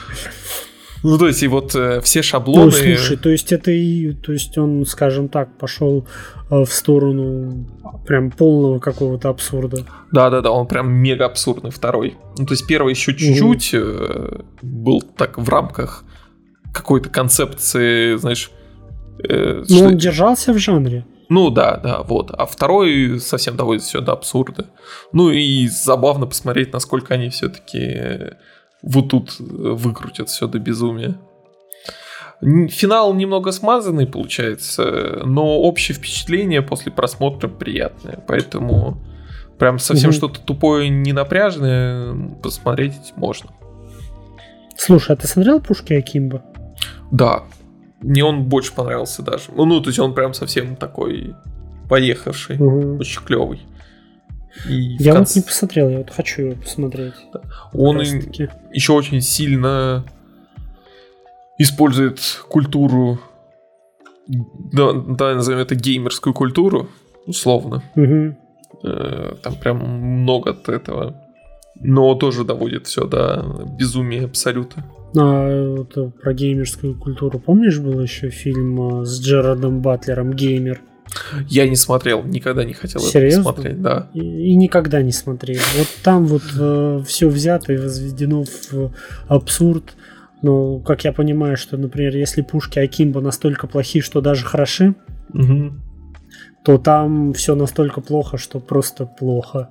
Ну, то есть, и вот э, все шаблоны... Ну, слушай, то есть это и... То есть он, скажем так, пошел э, в сторону прям полного какого-то абсурда. Да-да-да, он прям мега абсурдный второй. Ну, то есть первый еще чуть-чуть угу. э, был так в рамках какой-то концепции, знаешь... Э, Но что... он держался в жанре. Ну, да, да, вот. А второй совсем доводит все до абсурда. Ну, и забавно посмотреть, насколько они все-таки... вот тут выкрутят все до безумия. Финал немного смазанный получается, но общее впечатление после просмотра приятное. Поэтому прям совсем угу. что-то тупое, не напряжное посмотреть можно. Слушай, а ты смотрел «Пушки Акимбо»? Да. Мне он больше понравился даже. Ну, то есть он прям совсем такой поехавший, угу. очень клевый. И я конце... вот не посмотрел, я вот хочу его посмотреть. Да. Он еще очень сильно использует культуру, да, давай назовем это геймерскую культуру, условно. Угу. Там прям много от этого. Но тоже доводит все до безумия абсолюта. А вот про геймерскую культуру помнишь, был еще фильм с Джерардом Батлером «Геймер»? Я не смотрел, никогда не хотел Серьезно? это посмотреть, да. И, и никогда не смотрел. Вот там вот э, все взято и возведено в абсурд. Но, как я понимаю, что, например, если пушки Акимбо настолько плохи, что даже хороши, угу. то там все настолько плохо, что просто плохо.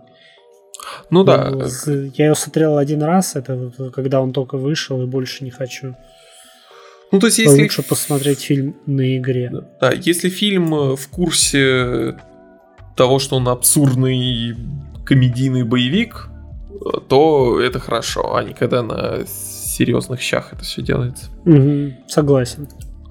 Ну да. Я ее смотрел один раз, это вот, когда он только вышел, и больше не хочу. Ну, то есть, если... Лучше посмотреть фильм на игре. Да, если фильм в курсе того, что он абсурдный комедийный боевик, то это хорошо, а не когда на серьезных щах это все делается. Угу, согласен.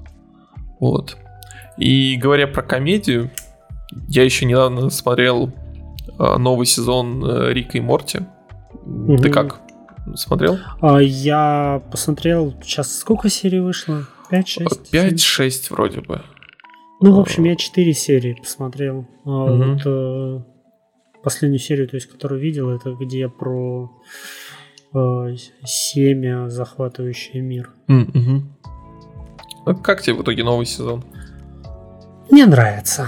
Вот. И говоря про комедию, я еще недавно смотрел новый сезон Рика и Морти. Угу. Ты как? Смотрел? А, я посмотрел. Сейчас сколько серий вышло? пять-шесть? пять-шесть вроде бы. Ну, в общем, я четыре серии посмотрел. А, угу. вот, э, последнюю серию, то есть, которую видел, это где про э, семя, захватывающее мир. Угу. А как тебе в итоге новый сезон? Мне нравится.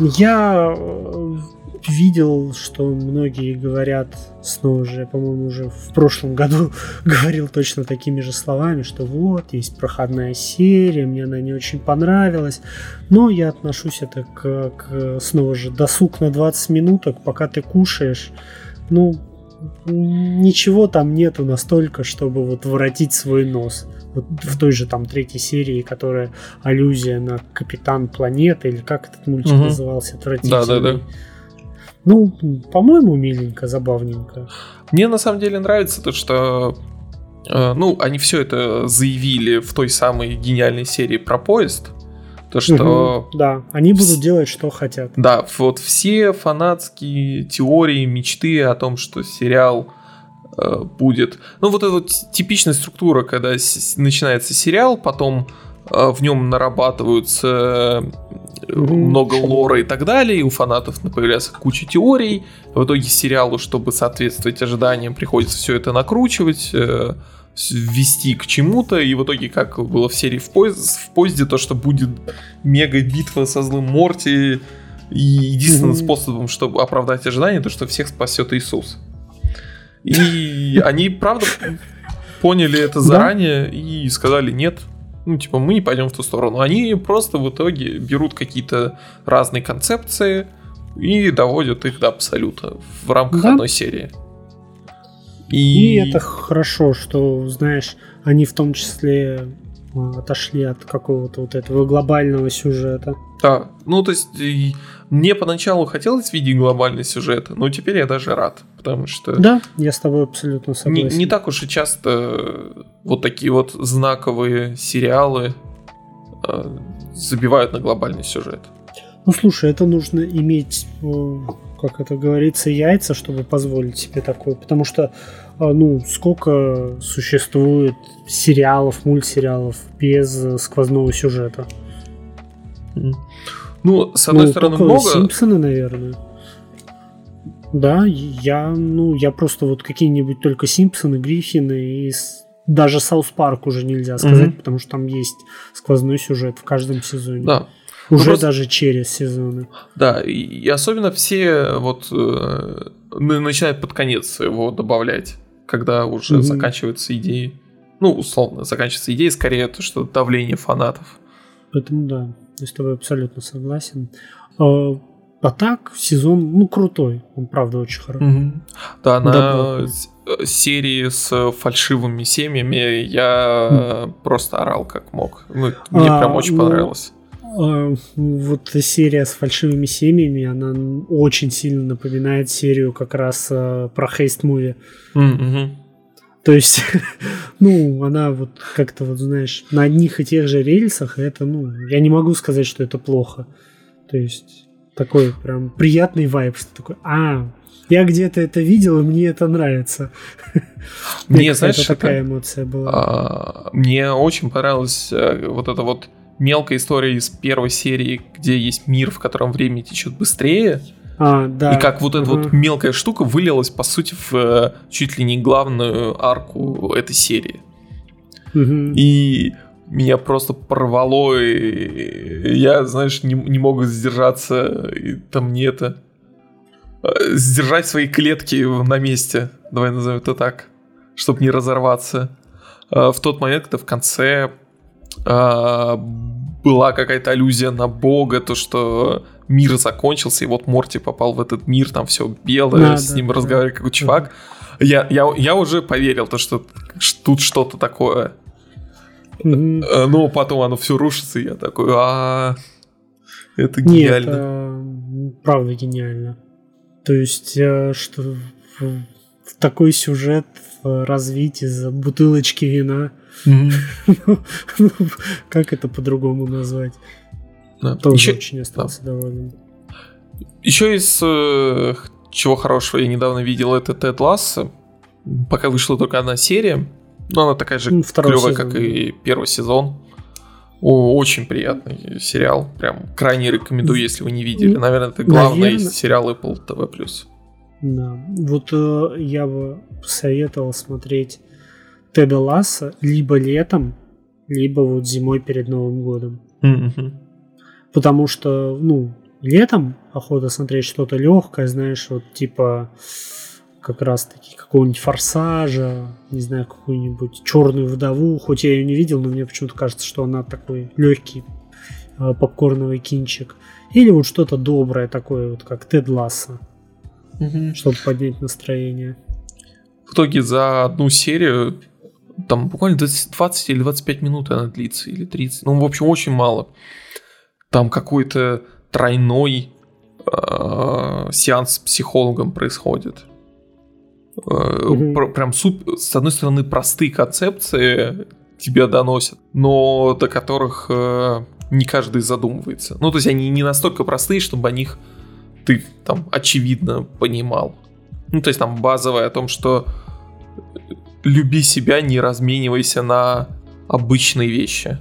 Я э, видел, что многие говорят, снова же, по-моему, уже в прошлом году говорил точно такими же словами, что вот, есть проходная серия, мне она не очень понравилась, но я отношусь это к, к снова же, досуг на двадцать минуток, пока ты кушаешь, ну, ничего там нету настолько, чтобы вот воротить свой нос. Вот в той же там третьей серии, которая аллюзия на Капитан Планеты, или как этот мультик угу. назывался, отвратительный. Да, да, да. Ну, по-моему, миленько, забавненько. Мне на самом деле нравится то, что э, ну, они все это заявили в той самой гениальной серии про поезд. То, что... Угу, да, они будут делать, что хотят. Да, вот все фанатские теории, мечты о том, что сериал э, будет... Ну, вот эта вот типичная структура, когда с- начинается сериал, потом э, в нем нарабатываются э, угу, много шо. лора и так далее, и у фанатов появляется куча теорий. В итоге сериалу, чтобы соответствовать ожиданиям, приходится все это накручивать, э, ввести к чему-то, и в итоге, как было в серии в поезде, в поезде то, что будет мега-битва со злым Морти, и единственным mm-hmm. способом, чтобы оправдать ожидания, то, что всех спасет Иисус. И они, правда, поняли это заранее и сказали нет, ну, типа, мы не пойдем в ту сторону. Они просто в итоге берут какие-то разные концепции и доводят их до абсолюта в рамках да. одной серии. И... и это хорошо, что, знаешь, они в том числе отошли от какого-то вот этого глобального сюжета. Да, ну то есть мне поначалу хотелось видеть глобальный сюжет, но теперь я даже рад, потому что... Да, я с тобой абсолютно согласен. Не, не так уж и часто вот такие вот знаковые сериалы э, забивают на глобальный сюжет. Ну слушай, это нужно иметь... как это говорится, яйца, чтобы позволить себе такое. Потому что, ну, сколько существует сериалов, мультсериалов без сквозного сюжета? Ну, с одной ну, стороны, много... Симпсоны, наверное. Да, я, ну, я просто вот какие-нибудь только Симпсоны, Гриффины и даже Саус Парк уже нельзя сказать, mm-hmm. потому что там есть сквозной сюжет в каждом сезоне. Да. Уже ну, просто... даже через сезоны. Да, и, и особенно все вот э, начинают под конец его добавлять, когда уже mm-hmm. заканчиваются идеи. Ну, условно, заканчивается идея, скорее то, что давление фанатов. Поэтому да, я с тобой абсолютно согласен. А, а так, сезон, ну, крутой. Он, правда, очень хороший. Mm-hmm. Да, на да, серии с фальшивыми семьями я mm. просто орал как мог. Ну, мне а, прям очень ну... понравилось. Вот серия с фальшивыми семьями, она очень сильно напоминает серию как раз uh, про хейст-муви. Mm-hmm. То есть, ну, она вот как-то, вот знаешь, на одних и тех же рельсах, и это, ну, я не могу сказать, что это плохо. То есть, такой прям приятный вайб, что такой, а, я где-то это видел, и мне это нравится. Мне, знаешь, такая эмоция была. Мне очень понравилась вот эта вот мелкая история из первой серии, где есть мир, в котором время течет быстрее. А, да. И как вот эта uh-huh. вот мелкая штука вылилась, по сути, в чуть ли не главную арку этой серии. Uh-huh. И меня просто порвало, и я, знаешь, не, не мог сдержаться, и там не это... Сдержать свои клетки на месте, давай назовем это так, чтобы не разорваться. В тот момент, когда в конце... была какая-то аллюзия на Бога, то, что мир закончился, и вот Морти попал в этот мир, там все белое, да, с да, ним да, разговаривает какой-то да. чувак. Я, я, я уже поверил, то, что тут что-то такое. Mm-hmm. Но потом оно все рушится, и я такой, а это гениально. Нет, это правда гениально. То есть, что в такой сюжет развить из бутылочки вина. Mm-hmm. Как это по-другому назвать? Да. Тоже еще, очень остался да. доволен. Еще из э, чего хорошего я недавно видел, это Тед Лассо. Пока вышла только одна серия, но она такая же ну, клевая, как и первый сезон. О, очень приятный сериал. Прям крайне рекомендую, если вы не видели. Наверное, это главный Наверное... сериал Apple ти ви плюс. Да. Вот э, я бы посоветовал смотреть Теда Лассо либо летом, либо вот зимой перед Новым годом. Mm-hmm. Потому что, ну, летом охота смотреть что-то легкое, знаешь, вот типа как раз-таки какого-нибудь «Форсажа», не знаю, какую-нибудь «Черную вдову», хоть я ее не видел, но мне почему-то кажется, что она такой легкий э, попкорновый кинчик. Или вот что-то доброе такое, вот как Тед Лассо, mm-hmm. чтобы поднять настроение. В итоге за одну серию там буквально двадцать, двадцать или двадцать пять минут она длится, или тридцать, ну, в общем, очень мало. Там какой-то тройной э, сеанс с психологом происходит. Mm-hmm. Прям суп, с одной стороны, простые концепции тебя доносят, но до которых э, не каждый задумывается. Ну, то есть они не настолько простые, чтобы о них ты там очевидно понимал. Ну, то есть там базовое о том, что люби себя, не разменивайся на обычные вещи.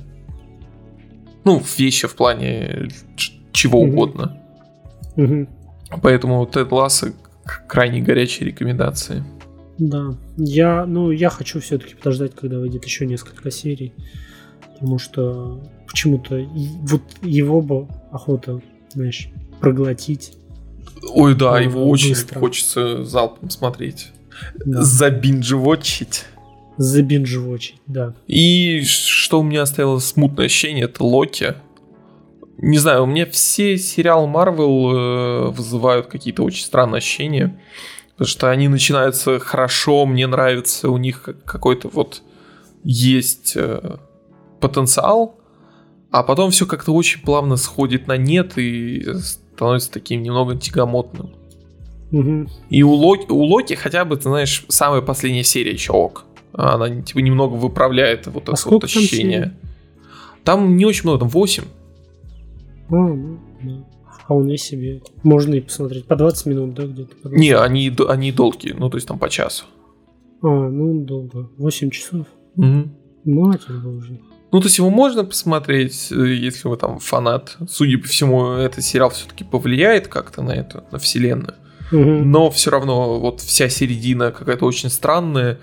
Ну, вещи в плане чего mm-hmm. угодно. Mm-hmm. Поэтому Тед Лассо крайне горячие рекомендации. Да. Я, ну, я хочу все-таки подождать, когда выйдет еще несколько серий. Потому что почему-то вот его бы охота, знаешь, проглотить. Ой, да, его очень быстро. Хочется залпом смотреть. Да. Забинжевочить. Забинжевочить, да. И что у меня оставило смутное ощущение, это Локи. Не знаю, у меня все сериалы Marvel э, вызывают какие-то очень странные ощущения. Потому что они начинаются хорошо, мне нравится, у них какой-то вот есть э, потенциал, а потом все как-то очень плавно сходит на нет и становится таким немного тягомотным. Угу. И у Локи, у Локи хотя бы, ты знаешь, самая последняя серия еще ок. Она типа немного выправляет вот а это вот ощущение. Там, там не очень много, там восемь. А, ну, да. Вполне себе. Можно и посмотреть. По двадцать минут, да, где-то? Не, они, они долгие, ну, то есть там по часу. А, ну, долго. восемь часов? Угу. Матерь божья. Ну, то есть его можно посмотреть, если вы там фанат. Судя по всему, этот сериал все-таки повлияет как-то на это, на вселенную. Угу. Но все равно вот вся середина какая-то очень странная.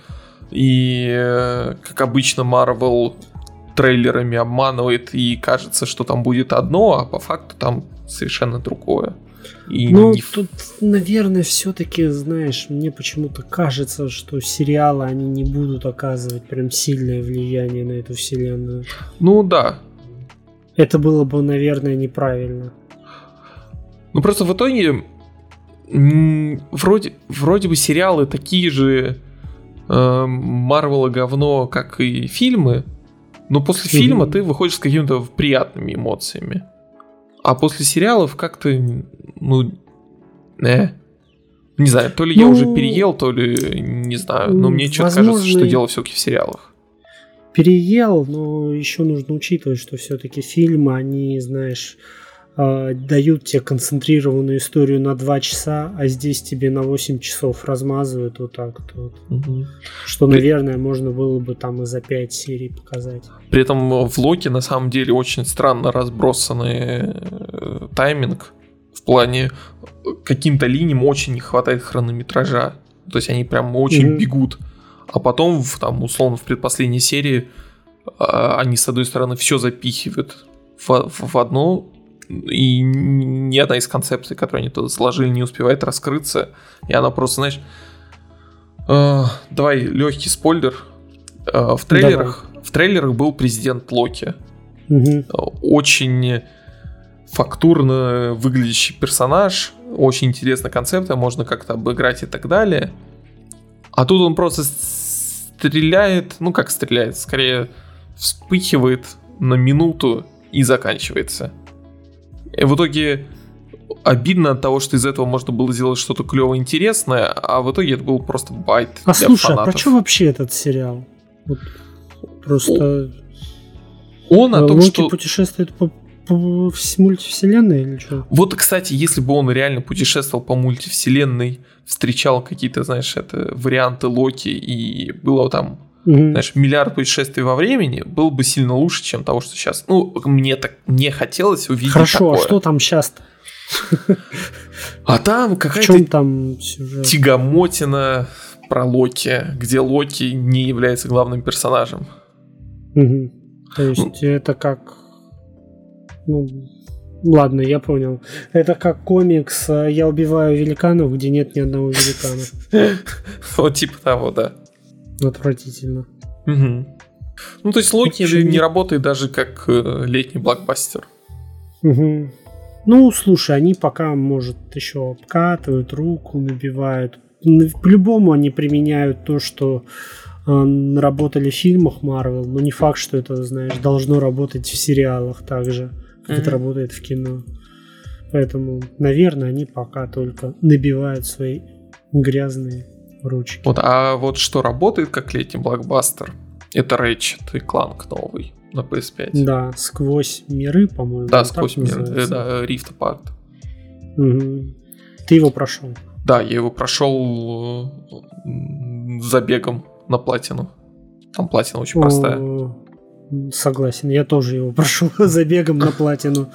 И, как обычно, Marvel трейлерами обманывает, и кажется, что там будет одно, а по факту там совершенно другое. И ну, не... тут, наверное, все-таки, знаешь, мне почему-то кажется, что сериалы, они не будут оказывать прям сильное влияние на эту вселенную. Ну, да. Это было бы, наверное, неправильно. Ну, просто в итоге м- вроде, вроде бы сериалы такие же э, Марвела говно, как и фильмы, но после mm-hmm. фильма ты выходишь с какими-то приятными эмоциями. А после сериалов как-то, ну, э, не знаю, то ли ну, я уже переел, то ли не знаю, но мне что-то кажется, что дело все-таки в сериалах. Переел, но еще нужно учитывать, что все-таки фильмы, они, знаешь, дают тебе концентрированную историю на два часа, а здесь тебе на восемь часов размазывают вот так вот. Угу. Что, наверное, можно было бы там и за пять серий показать. При этом в Локи на самом деле очень странно разбросанный тайминг. В плане каким-то линиям очень не хватает хронометража. То есть они прям очень угу. бегут. А потом, в, там, условно, в предпоследней серии они, с одной стороны, все запихивают в, в одну. И ни одна из концепций, которые они туда сложили, не успевает раскрыться. И она просто, знаешь... Э, давай легкий спойлер. Э, в трейлерах, в трейлерах был президент Локи. Угу. Очень фактурно выглядящий персонаж, очень интересная концепция, можно как-то обыграть и так далее. А тут он просто стреляет, ну как стреляет, скорее вспыхивает на минуту и заканчивается. И в итоге обидно от того, что из этого можно было сделать что-то клевое, интересное, а в итоге это был просто байт а для слушай, фанатов. А про что вообще этот сериал? Вот просто... Он о том, Локи что... путешествует по, по мультивселенной или что? Вот, кстати, если бы он реально путешествовал по мультивселенной, встречал какие-то, знаешь, это варианты Локи, и было там, угу. знаешь, миллиард путешествий во времени, было бы сильно лучше, чем того, что сейчас. Ну, мне так не хотелось увидеть Хорошо, такое. А что там сейчас-то? А там какая-то в чем там сюжет? тягомотина про Локи, где Локи не является главным персонажем. Угу. То есть ну, это как... Ну, ладно, я понял. Это как комикс «Я убиваю великанов», где нет ни одного великана. Вот типа того, да. Отвратительно. Ну, то есть Локи не работает даже как летний блокбастер. Угу. Ну, слушай, они пока, может, еще обкатывают руку, набивают. По-любому они применяют то, что э, работали в фильмах Marvel, но не факт, что это, знаешь, должно работать в сериалах так же, как mm-hmm. это работает в кино. Поэтому, наверное, они пока только набивают свои грязные ручки. Вот, а вот что работает как летний блокбастер, это Ratchet и Clank новый на пи эс пять. Да, сквозь миры, по-моему. Да, сквозь миры, э, да, Rift Apart. Угу. Ты его прошел? Да, я его прошел забегом на платину. Там платина очень простая. О, согласен, я тоже его прошел забегом на платину.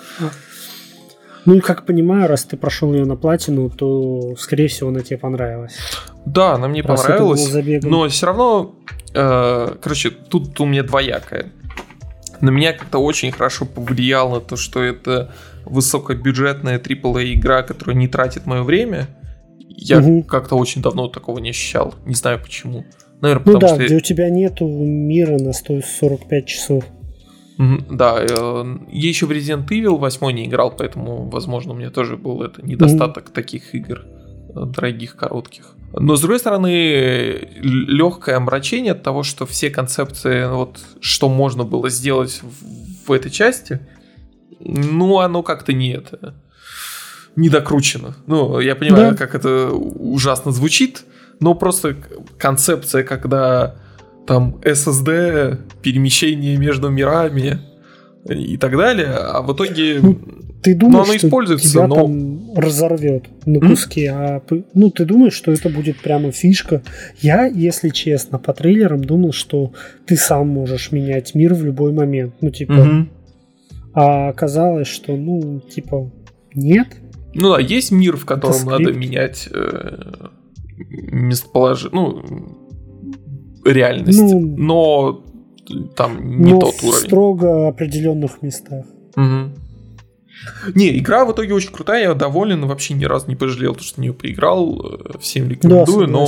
Ну и как понимаю, раз ты прошел ее на платину, то, скорее всего, она тебе понравилась. Да, она мне раз понравилась, но все равно, э, короче, тут у меня двоякое. На меня как-то очень хорошо повлияло то, что это высокобюджетная трипл эй игра, которая не тратит мое время. Я угу. как-то очень давно такого не ощущал. Не знаю почему. Наверное, ну потому да, что... где у тебя нету мира на сто сорок пять часов. Mm-hmm, да, я еще в Resident Evil восемь не играл, поэтому, возможно, у меня тоже был это недостаток mm-hmm. таких игр дорогих, коротких. Но, с другой стороны, легкое омрачение от того, что все концепции, вот, что можно было сделать в, в этой части, ну, оно как-то не это... не докручено. Ну, я понимаю, да. как это ужасно звучит, но просто концепция, когда там эс эс ди, перемещение между мирами и так далее, а в итоге ну, ты думаешь, ну, оно что используется, тебя но... там разорвет на куски, mm? а ну, ты думаешь, что это будет прямо фишка? Я, если честно, по трейлерам думал, что ты сам можешь менять мир в любой момент. Ну, типа... Mm-hmm. А оказалось, что, ну, типа, нет. Ну да, есть мир, в котором надо менять э, местоположение, ну, реальность, ну, но там не но тот в уровень. В строго определенных местах. Угу. Не, игра в итоге очень крутая, я доволен, вообще ни разу не пожалел, то, что в нее поиграл, всем рекомендую, да, но...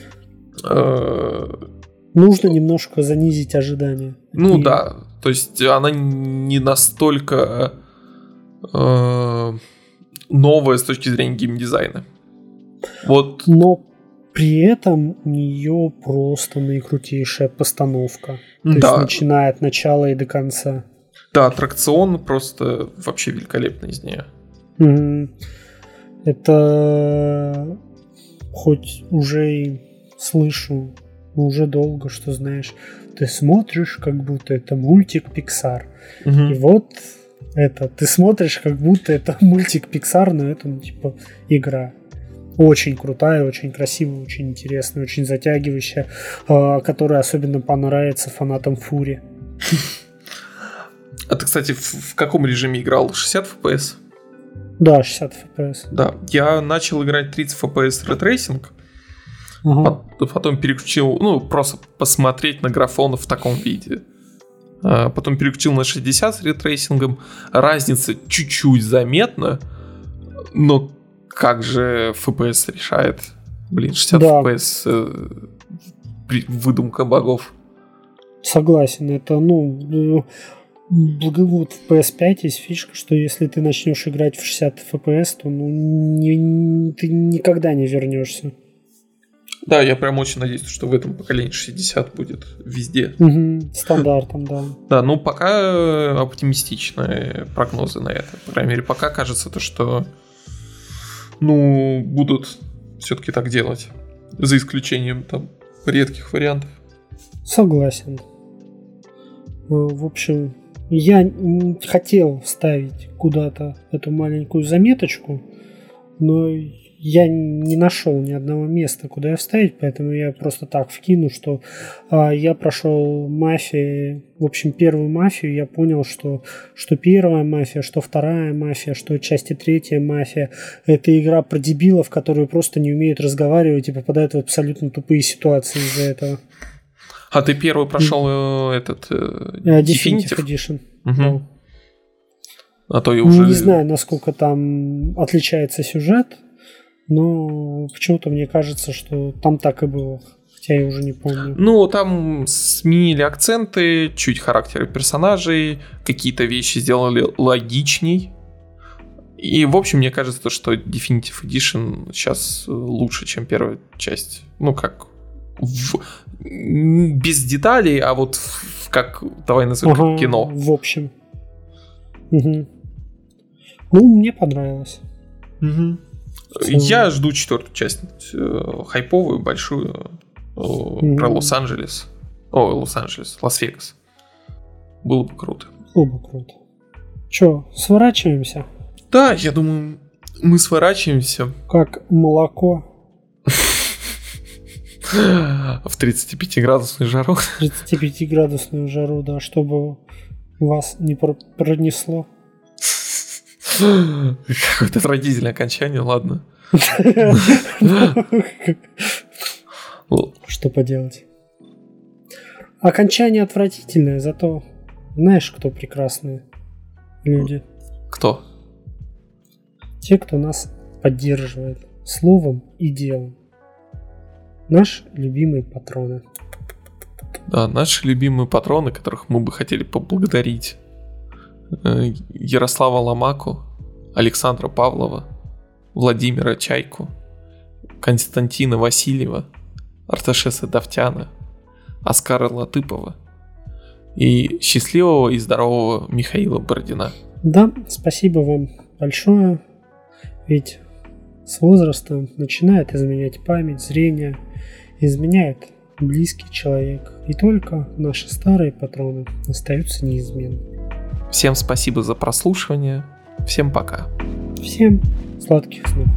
Э, нужно немножко занизить ожидания. Ну и... да, то есть она не настолько... Э, новое с точки зрения геймдизайна. Вот. Но при этом у нее просто наикрутейшая постановка. То да. есть начиная от начала и до конца. Да, аттракцион просто вообще великолепный из нее. Mm-hmm. Это хоть уже и слышу уже долго, что знаешь, ты смотришь, как будто это мультик Pixar. Mm-hmm. И вот это, ты смотришь, как будто это мультик Pixar, но это, ну, типа, игра. Очень крутая, очень красивая, очень интересная, очень затягивающая, э, которая особенно понравится фанатам Фури. А ты, кстати, в, в каком режиме играл? шестьдесят эф пи эс? Да, шестьдесят эф пи эс. Да, я начал играть тридцать эф пи эс рейтрейсинг, ага. потом переключил, ну, просто посмотреть на графон в таком виде. Потом переключил на шестьдесят с ретрейсингом. Разница чуть-чуть заметна, но как же эф пи эс решает? Блин, шестьдесят да. эф пи эс э, выдумка богов. Согласен, это, ну, Вот в пи эс пять есть фишка, что если ты начнешь играть в шестьдесят эф пи эс, то ну, не, не, ты никогда не вернешься. Да, я прям очень надеюсь, что в этом поколении шестьдесят будет везде. Угу, стандартом, да. Да, ну пока оптимистичные прогнозы на это. По крайней мере, пока кажется то, что ну, будут все-таки так делать. За исключением там редких вариантов. Согласен. В общем, я хотел вставить куда-то эту маленькую заметочку, но я не нашел ни одного места, куда ее вставить, поэтому я просто так вкину, что а, я прошел мафию, в общем, первую мафию, я понял, что, что первая мафия, что вторая мафия, что часть и третья мафия, это игра про дебилов, которые просто не умеют разговаривать и попадают в абсолютно тупые ситуации из-за этого. А ты первый прошел mm. этот uh, Definitive Edition. Угу. Да. А то я уже... Не знаю, насколько там отличается сюжет, но почему-то мне кажется, что там так и было. Хотя я уже не помню. Ну, там сменили акценты, чуть характеры персонажей, какие-то вещи сделали логичней. И, в общем, мне кажется, что Definitive Edition сейчас лучше, чем первая часть. Ну, как... В... без деталей, а вот в, как, давай назовем, ага, как кино. В общем. Угу. Ну, мне понравилось. Угу. Я жду четвертую часть, хайповую, большую, угу. про Лос-Анджелес. О, Лос-Анджелес, Лас-Вегас. Было бы круто. Было бы круто. Че, сворачиваемся? Да, я думаю, мы сворачиваемся. Как молоко. В тридцатипятиградусную жару. В тридцатипятиградусную жару, да, чтобы вас не пронесло. Какое-то отвратительное окончание, ладно. Что поделать. Окончание отвратительное, зато знаешь, кто прекрасные люди? Кто? Те, кто нас поддерживает словом и делом. Наши любимые патроны. Да, наши любимые патроны, которых мы бы хотели поблагодарить. Ярослава Ломаку, Александра Павлова, Владимира Чайку, Константина Васильева, Арташеса Давтяна, Оскара Латыпова и счастливого и здорового Михаила Бородина. Да, спасибо вам большое. Ведь с возрастом начинает изменять память, зрение, изменяет близкий человек. И только наши старые патроны остаются неизменными. Всем спасибо за прослушивание. Всем пока. Всем сладких снов.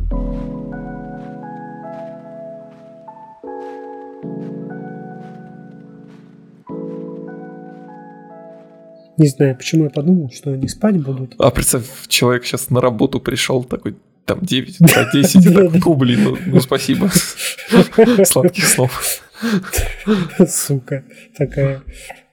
Не знаю, почему я подумал, что они спать будут. А представь, человек сейчас на работу пришел, такой, там девять утра, десять, и так, ну, блин, ну спасибо. Сладких снов. Сука, такая.